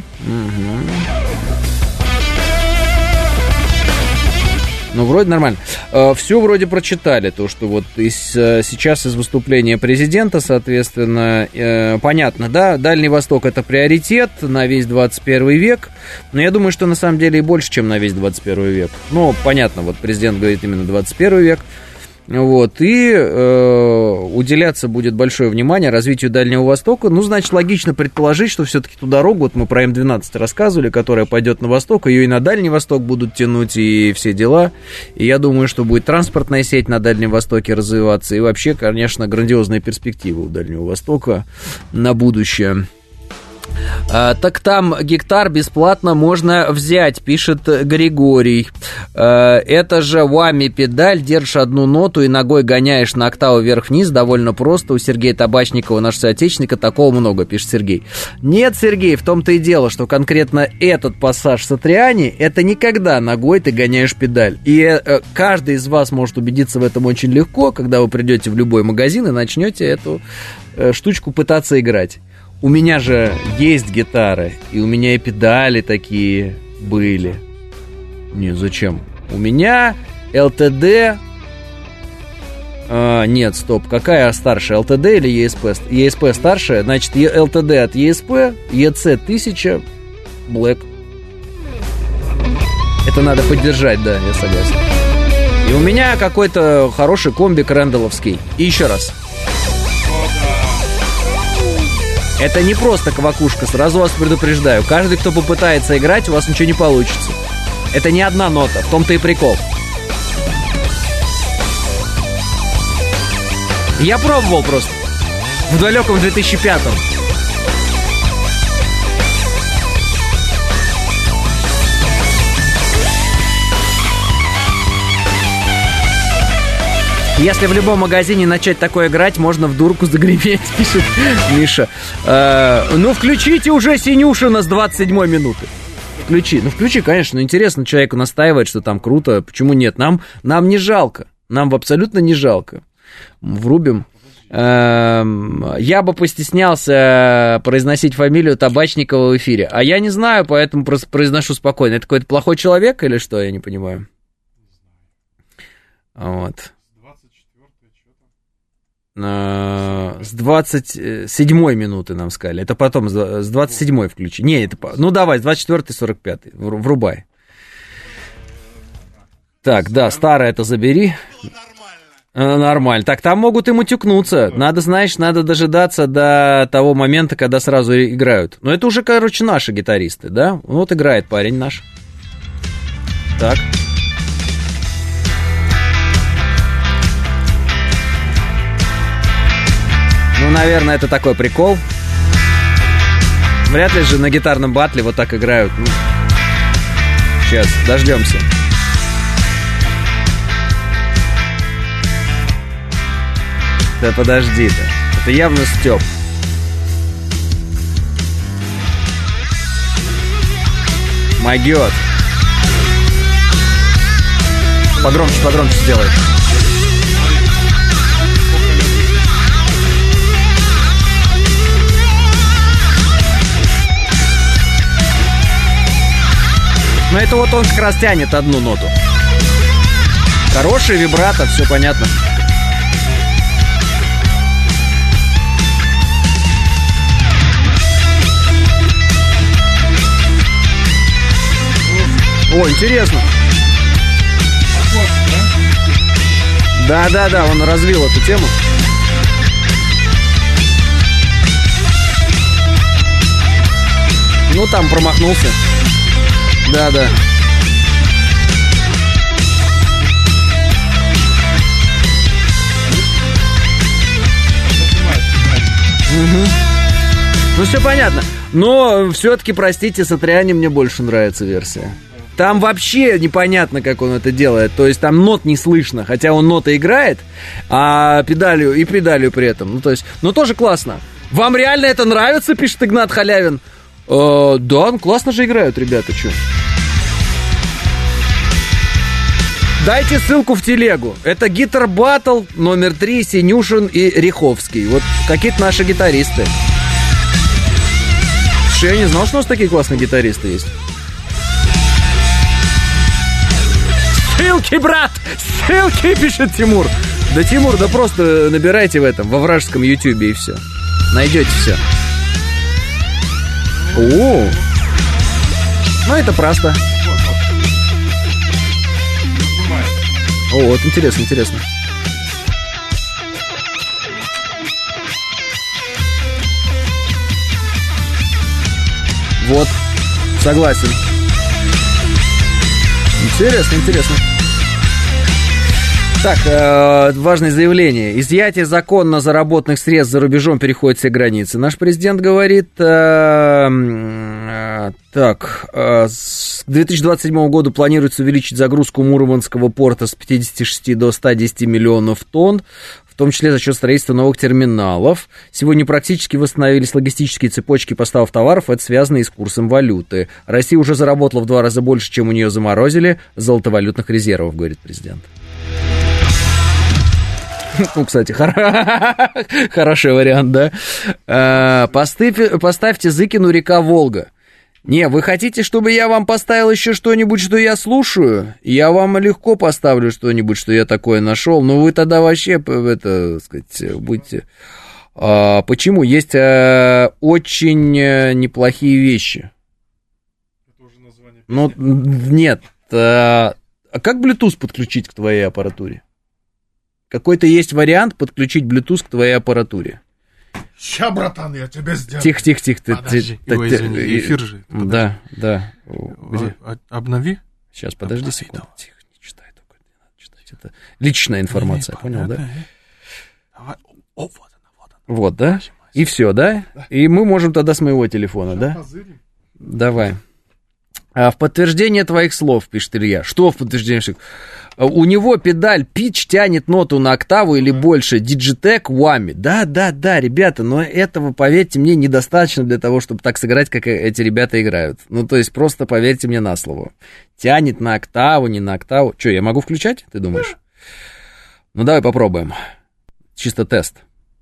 [SPEAKER 2] Ну, вроде нормально. Все вроде прочитали, то, что вот сейчас из выступления президента, соответственно, понятно, да, Дальний Восток — это приоритет на весь 21 век, но я думаю, что на самом деле и больше, чем на весь 21 век. Ну, понятно, вот президент говорит именно 21 век. Вот, и уделяться будет большое внимание развитию Дальнего Востока. Ну, значит, логично предположить, что все-таки ту дорогу, вот мы про М-12 рассказывали, которая пойдет на восток, ее и на Дальний Восток будут тянуть, и все дела. И я думаю, что будет транспортная сеть на Дальнем Востоке развиваться. И вообще, конечно, грандиозные перспективы у Дальнего Востока на будущее. Так там гектар бесплатно можно взять, пишет Григорий. Это же вами-педаль, держишь одну ноту и ногой гоняешь на октаву вверх-вниз. Довольно просто. У Сергея Табачникова, нашего соотечественника, такого много, пишет Сергей. Нет, Сергей, в том-то и дело, что конкретно этот пассаж Сатриани, это никогда ногой ты гоняешь педаль. И каждый из вас может убедиться в этом очень легко, когда вы придете в любой магазин и начнете эту штучку пытаться играть. У меня же есть гитары, и у меня и педали такие были. Не, зачем? У меня LTD... нет, стоп, какая старшая, LTD или ESP? ESP старшая, значит, LTD от ESP, EC1000, Black. Это надо поддержать, да, я согласен. И у меня какой-то хороший комбик рэндалловский. И еще раз. Это не просто квакушка, сразу вас предупреждаю. Каждый, кто попытается играть, у вас ничего не получится. Это не одна нота, в том-то и прикол. Я пробовал просто. В далеком 2005-м. Если в любом магазине начать такое играть, можно в дурку загреметь, пишет Миша. Ну, включите уже Синюшина с 27-й минуты. Включи, конечно, интересно, человеку настаивает, что там круто. Почему нет? Нам не жалко. Нам абсолютно не жалко. Врубим. Я бы постеснялся произносить фамилию Табачникова в эфире. А я не знаю, поэтому произношу спокойно. Это какой-то плохой человек или что? Я не понимаю. Вот. С 27-й минуты нам сказали. Это потом, с 27-й включи. Не, это... Ну, давай, с 24-й, 45-й. Врубай. Так, да, старое это забери. Нормально. Так, там могут и мутюкнуться. Надо, знаешь, надо дожидаться до того момента, когда сразу играют. Но это уже, короче, наши гитаристы, да? Вот играет парень наш. Так. наверное, это такой прикол. Вряд ли же на гитарном батле вот так играют. Ну, сейчас, дождемся. Да подожди-то. Это явно стёб. Магиот. Погромче сделай. Но это вот он как раз тянет одну ноту. Хороший вибрато, все понятно. О, интересно. Да, он развил эту тему. Ну, там промахнулся. Да. Угу. Ну, все понятно. Но все-таки, простите, Сатриани мне больше нравится версия. Там вообще непонятно, как он это делает. То есть там нот не слышно, хотя он ноты играет, а педалью при этом. Ну, то есть, ну, тоже классно. Вам реально это нравится, пишет Игнат Халявин? Да, ну, классно же играют ребята, чё. Дайте ссылку в телегу. Это Guitar Battle номер 3, Синюшин и Риховский. Вот какие-то наши гитаристы. Слушай, я не знал, что у нас такие классные гитаристы есть. Ссылки, брат! Ссылки, пишет Тимур. Да, Тимур, да просто набирайте в этом, во вражеском ютубе и все. Найдете все. О, ну это просто. О, вот интересно. Вот, согласен. Интересно. Так, важное заявление. Изъятие законно заработанных средств за рубежом переходит все границы. Наш президент говорит, к 2027 году планируется увеличить загрузку Мурманского порта с 56 до 110 миллионов тонн, в том числе за счет строительства новых терминалов. Сегодня практически восстановились логистические цепочки поставок товаров, это связано и с курсом валюты. Россия уже заработала в 2 раза больше, чем у нее заморозили золотовалютных резервов, говорит президент. Ну, кстати, хороший вариант, да? Поставьте Зыкину «Река Волга». Не, вы хотите, чтобы я вам поставил еще что-нибудь, что я слушаю? Я вам легко поставлю что-нибудь, что я такое нашел. Но вы тогда вообще, это, сказать, будьте... Почему? Есть очень неплохие вещи.
[SPEAKER 3] Это уже название песни?
[SPEAKER 2] Ну, нет. А как Bluetooth подключить к твоей аппаратуре? Какой-то есть вариант подключить Bluetooth к твоей аппаратуре.
[SPEAKER 3] Ща, братан, я тебя сделаю.
[SPEAKER 2] Тихо.
[SPEAKER 3] Подожди, извини, эфир же.
[SPEAKER 2] Да.
[SPEAKER 3] Где? Обнови.
[SPEAKER 2] Сейчас, подожди секунду. Тихо, не читай только, не надо читать. Это личная информация, понял, да?
[SPEAKER 3] Давай. О, вот она.
[SPEAKER 2] Вот, да? И все, да? И мы можем тогда с моего телефона, да?
[SPEAKER 3] Позырим.
[SPEAKER 2] Давай. В подтверждение твоих слов, пишет Илья. Что в подтверждение? У него педаль pitch тянет ноту на октаву или больше. Digitech Whammy. Да, ребята, но этого, поверьте мне, недостаточно для того, чтобы так сыграть, как эти ребята играют. Ну, то есть, просто поверьте мне на слово. Тянет на октаву, не на октаву. Что, я могу включать, ты думаешь? Ну, давай попробуем. Чисто тест.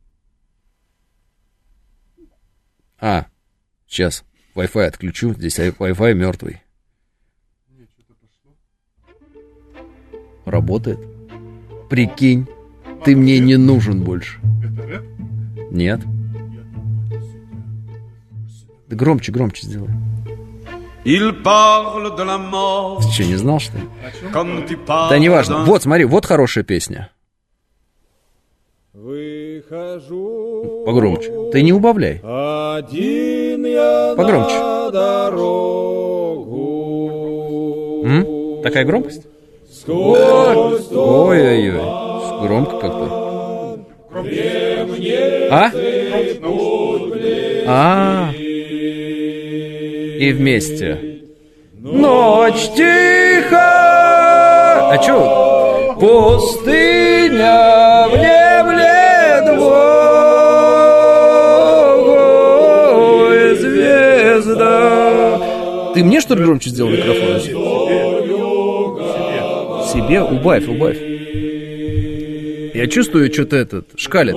[SPEAKER 2] Сейчас. Wi-Fi отключу. Здесь Wi-Fi мертвый. Работает. Прикинь, ты мне не нужен больше.
[SPEAKER 3] Это рэп?
[SPEAKER 2] Нет. Да громче сделай. Ты что, не знал, что ли? Да неважно. Вот, смотри, вот хорошая песня.
[SPEAKER 4] Выхожу.
[SPEAKER 2] Погромче. Ты не убавляй.
[SPEAKER 4] Один я
[SPEAKER 2] погромче.
[SPEAKER 4] На дорогу.
[SPEAKER 2] Такая громкость? Ой-ой-ой. Громко как-то. И вместе. Ночь тиха. А чё? Пустыня внемлет двое звезда. Ты мне, что ли, громче сделал микрофон? Себе? Убавь. Я чувствую, что-то этот шкалит.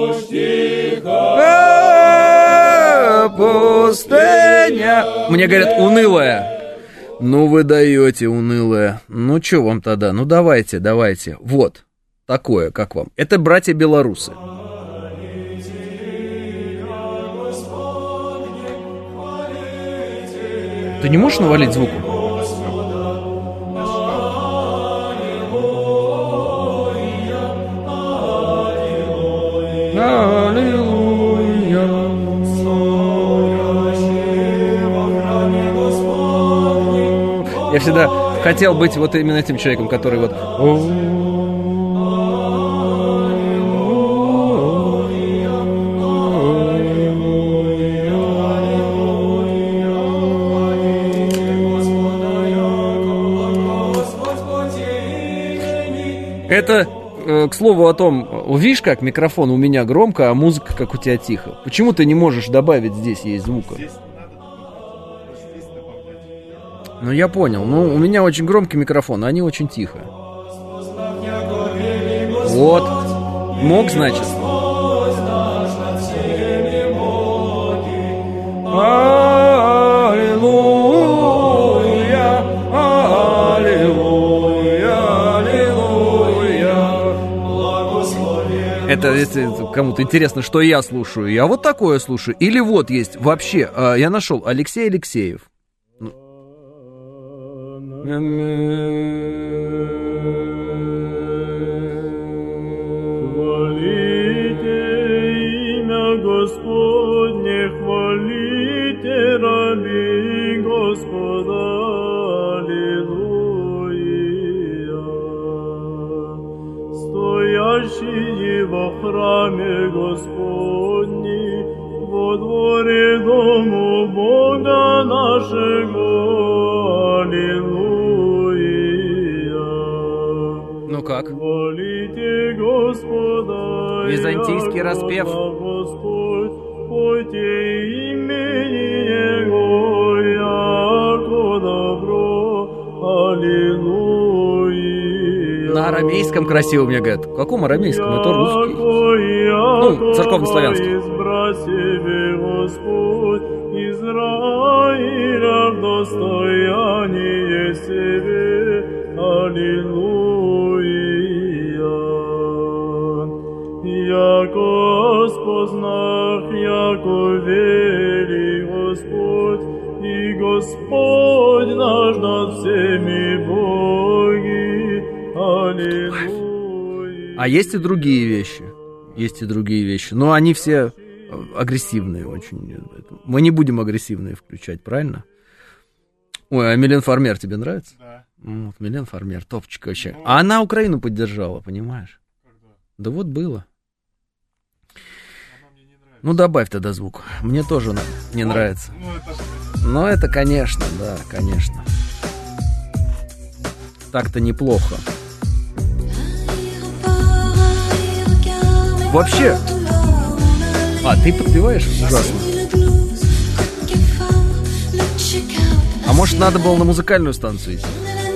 [SPEAKER 2] Пустыня. Мне говорят, унылая. Ну вы даете, унылая. Ну что вам тогда? Ну давайте. Вот. Такое, как вам. Это братья белорусы. Ты не можешь навалить звуку? Я всегда хотел быть вот именно этим человеком, который вот... Это, к слову о том, видишь, как микрофон у меня громко, а музыка как у тебя тихо. Почему ты не можешь добавить здесь есть звука? Ну, я понял. Ну, у меня очень громкий микрофон, а они очень тихо. Вот. Мог, значит? Аллилуйя, аллилуйя, аллилуйя. Это если кому-то интересно, что я слушаю. Я вот такое слушаю. Или вот есть вообще, я нашел Алексей Алексеев.
[SPEAKER 5] Хвалите имя Господне, хвалите раби Господа, аллилуйя. Стоящие во храме Господни, во дворе дому Бога нашего, аллилуйя.
[SPEAKER 2] Ну как?
[SPEAKER 5] Хвалите Господа,
[SPEAKER 2] Византийский распев.
[SPEAKER 5] Господь, пойте имени Его, яко добро, аллилуйя.
[SPEAKER 2] На арамейском красиво мне говорят. В каком арамейском? Это русский. Ну, церковнославянский.
[SPEAKER 5] Избрать себе Господь, Израиля в достояние себе, аллилуйя. Яко спознах, яко вели Господь, и Господь наш над всеми боги, аллилуйя.
[SPEAKER 2] А есть и другие вещи. Но они все агрессивные очень. Мы не будем агрессивные включать, правильно? Ой, а Милен Фармер тебе нравится?
[SPEAKER 3] Да.
[SPEAKER 2] Вот, Милен Фармер, топчик вообще. А она Украину поддержала, понимаешь?
[SPEAKER 3] Когда?
[SPEAKER 2] Да вот было.
[SPEAKER 3] Она мне не нравится.
[SPEAKER 2] Ну, добавь тогда звук. Мне тоже не нравится.
[SPEAKER 3] Ну, это же...
[SPEAKER 2] Но это, конечно, да, конечно. Так-то неплохо. Вообще... А, ты подпеваешь? Ужасно. А может, надо было на музыкальную станцию идти?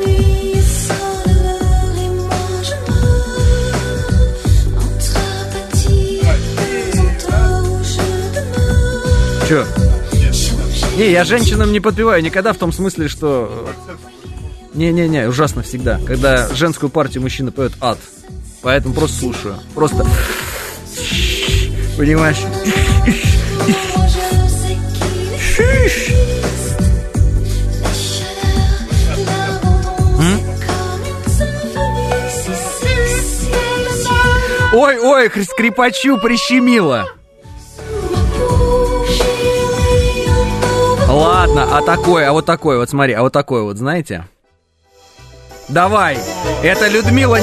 [SPEAKER 2] Чё? Не, я женщинам не подпеваю никогда, в том смысле, что... Не-не-не, ужасно всегда. Когда женскую партию мужчина поет ад. Поэтому просто слушаю. Просто... Понимаешь? Ой-ой, скрипачу прищемило. Ладно, а вот такой, вот смотри, а вот такой вот, знаете? Давай, это Людмила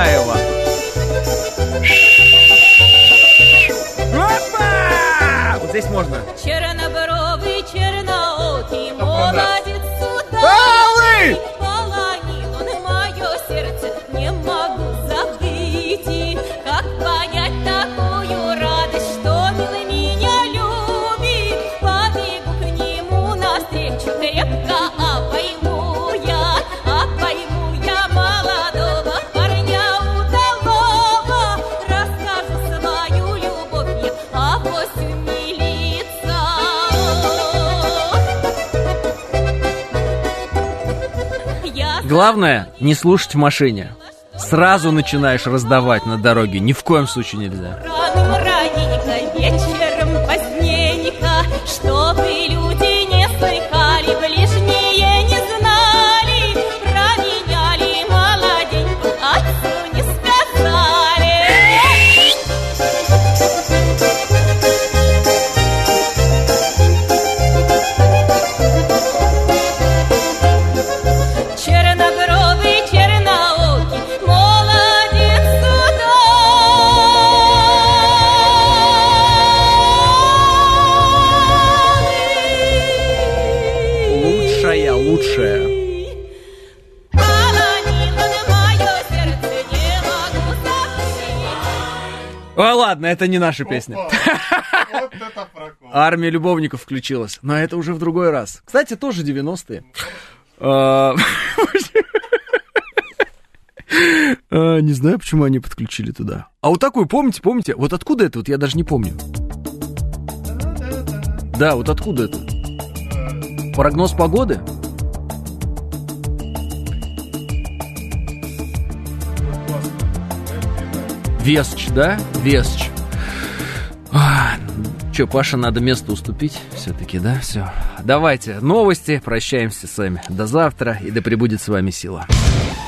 [SPEAKER 2] Николаева. Опа! Вот здесь можно.
[SPEAKER 6] Чернобровый, черноокий, молодец,
[SPEAKER 2] Алый!
[SPEAKER 6] полонил он мое сердце, не могу забыть. И как понять такую радость, что милый меня любит? Побегу к нему навстречу, крепко обойму я молодого парня удалого. Расскажу свою любовь я, авось умилится.
[SPEAKER 2] Главное, не слушать в машине. Сразу начинаешь раздавать на дороге. Ни в коем случае нельзя.
[SPEAKER 6] Раным раненько, вечером поздненько, чтобы люди не слыхали, ближние не знали, променяли молоденькую, отцу не сказали. Чернобровый, черноокий, молодец,
[SPEAKER 2] Лучшая.
[SPEAKER 6] полонила на мое сердце, не могу забыть.
[SPEAKER 2] Ой, ладно, это не наша песня.
[SPEAKER 3] Вот это прокол.
[SPEAKER 2] Армия любовников включилась. Но это уже в другой раз. Кстати, тоже 90-е. Не знаю, почему они подключили туда. А вот такую, помните? Вот откуда это? Вот я даже не помню. Да, вот откуда это? Прогноз погоды? Весч, да? Весч. Че, Паша, надо место уступить все-таки, да? Все. Давайте, новости. Прощаемся с вами. До завтра. И да пребудет с вами сила.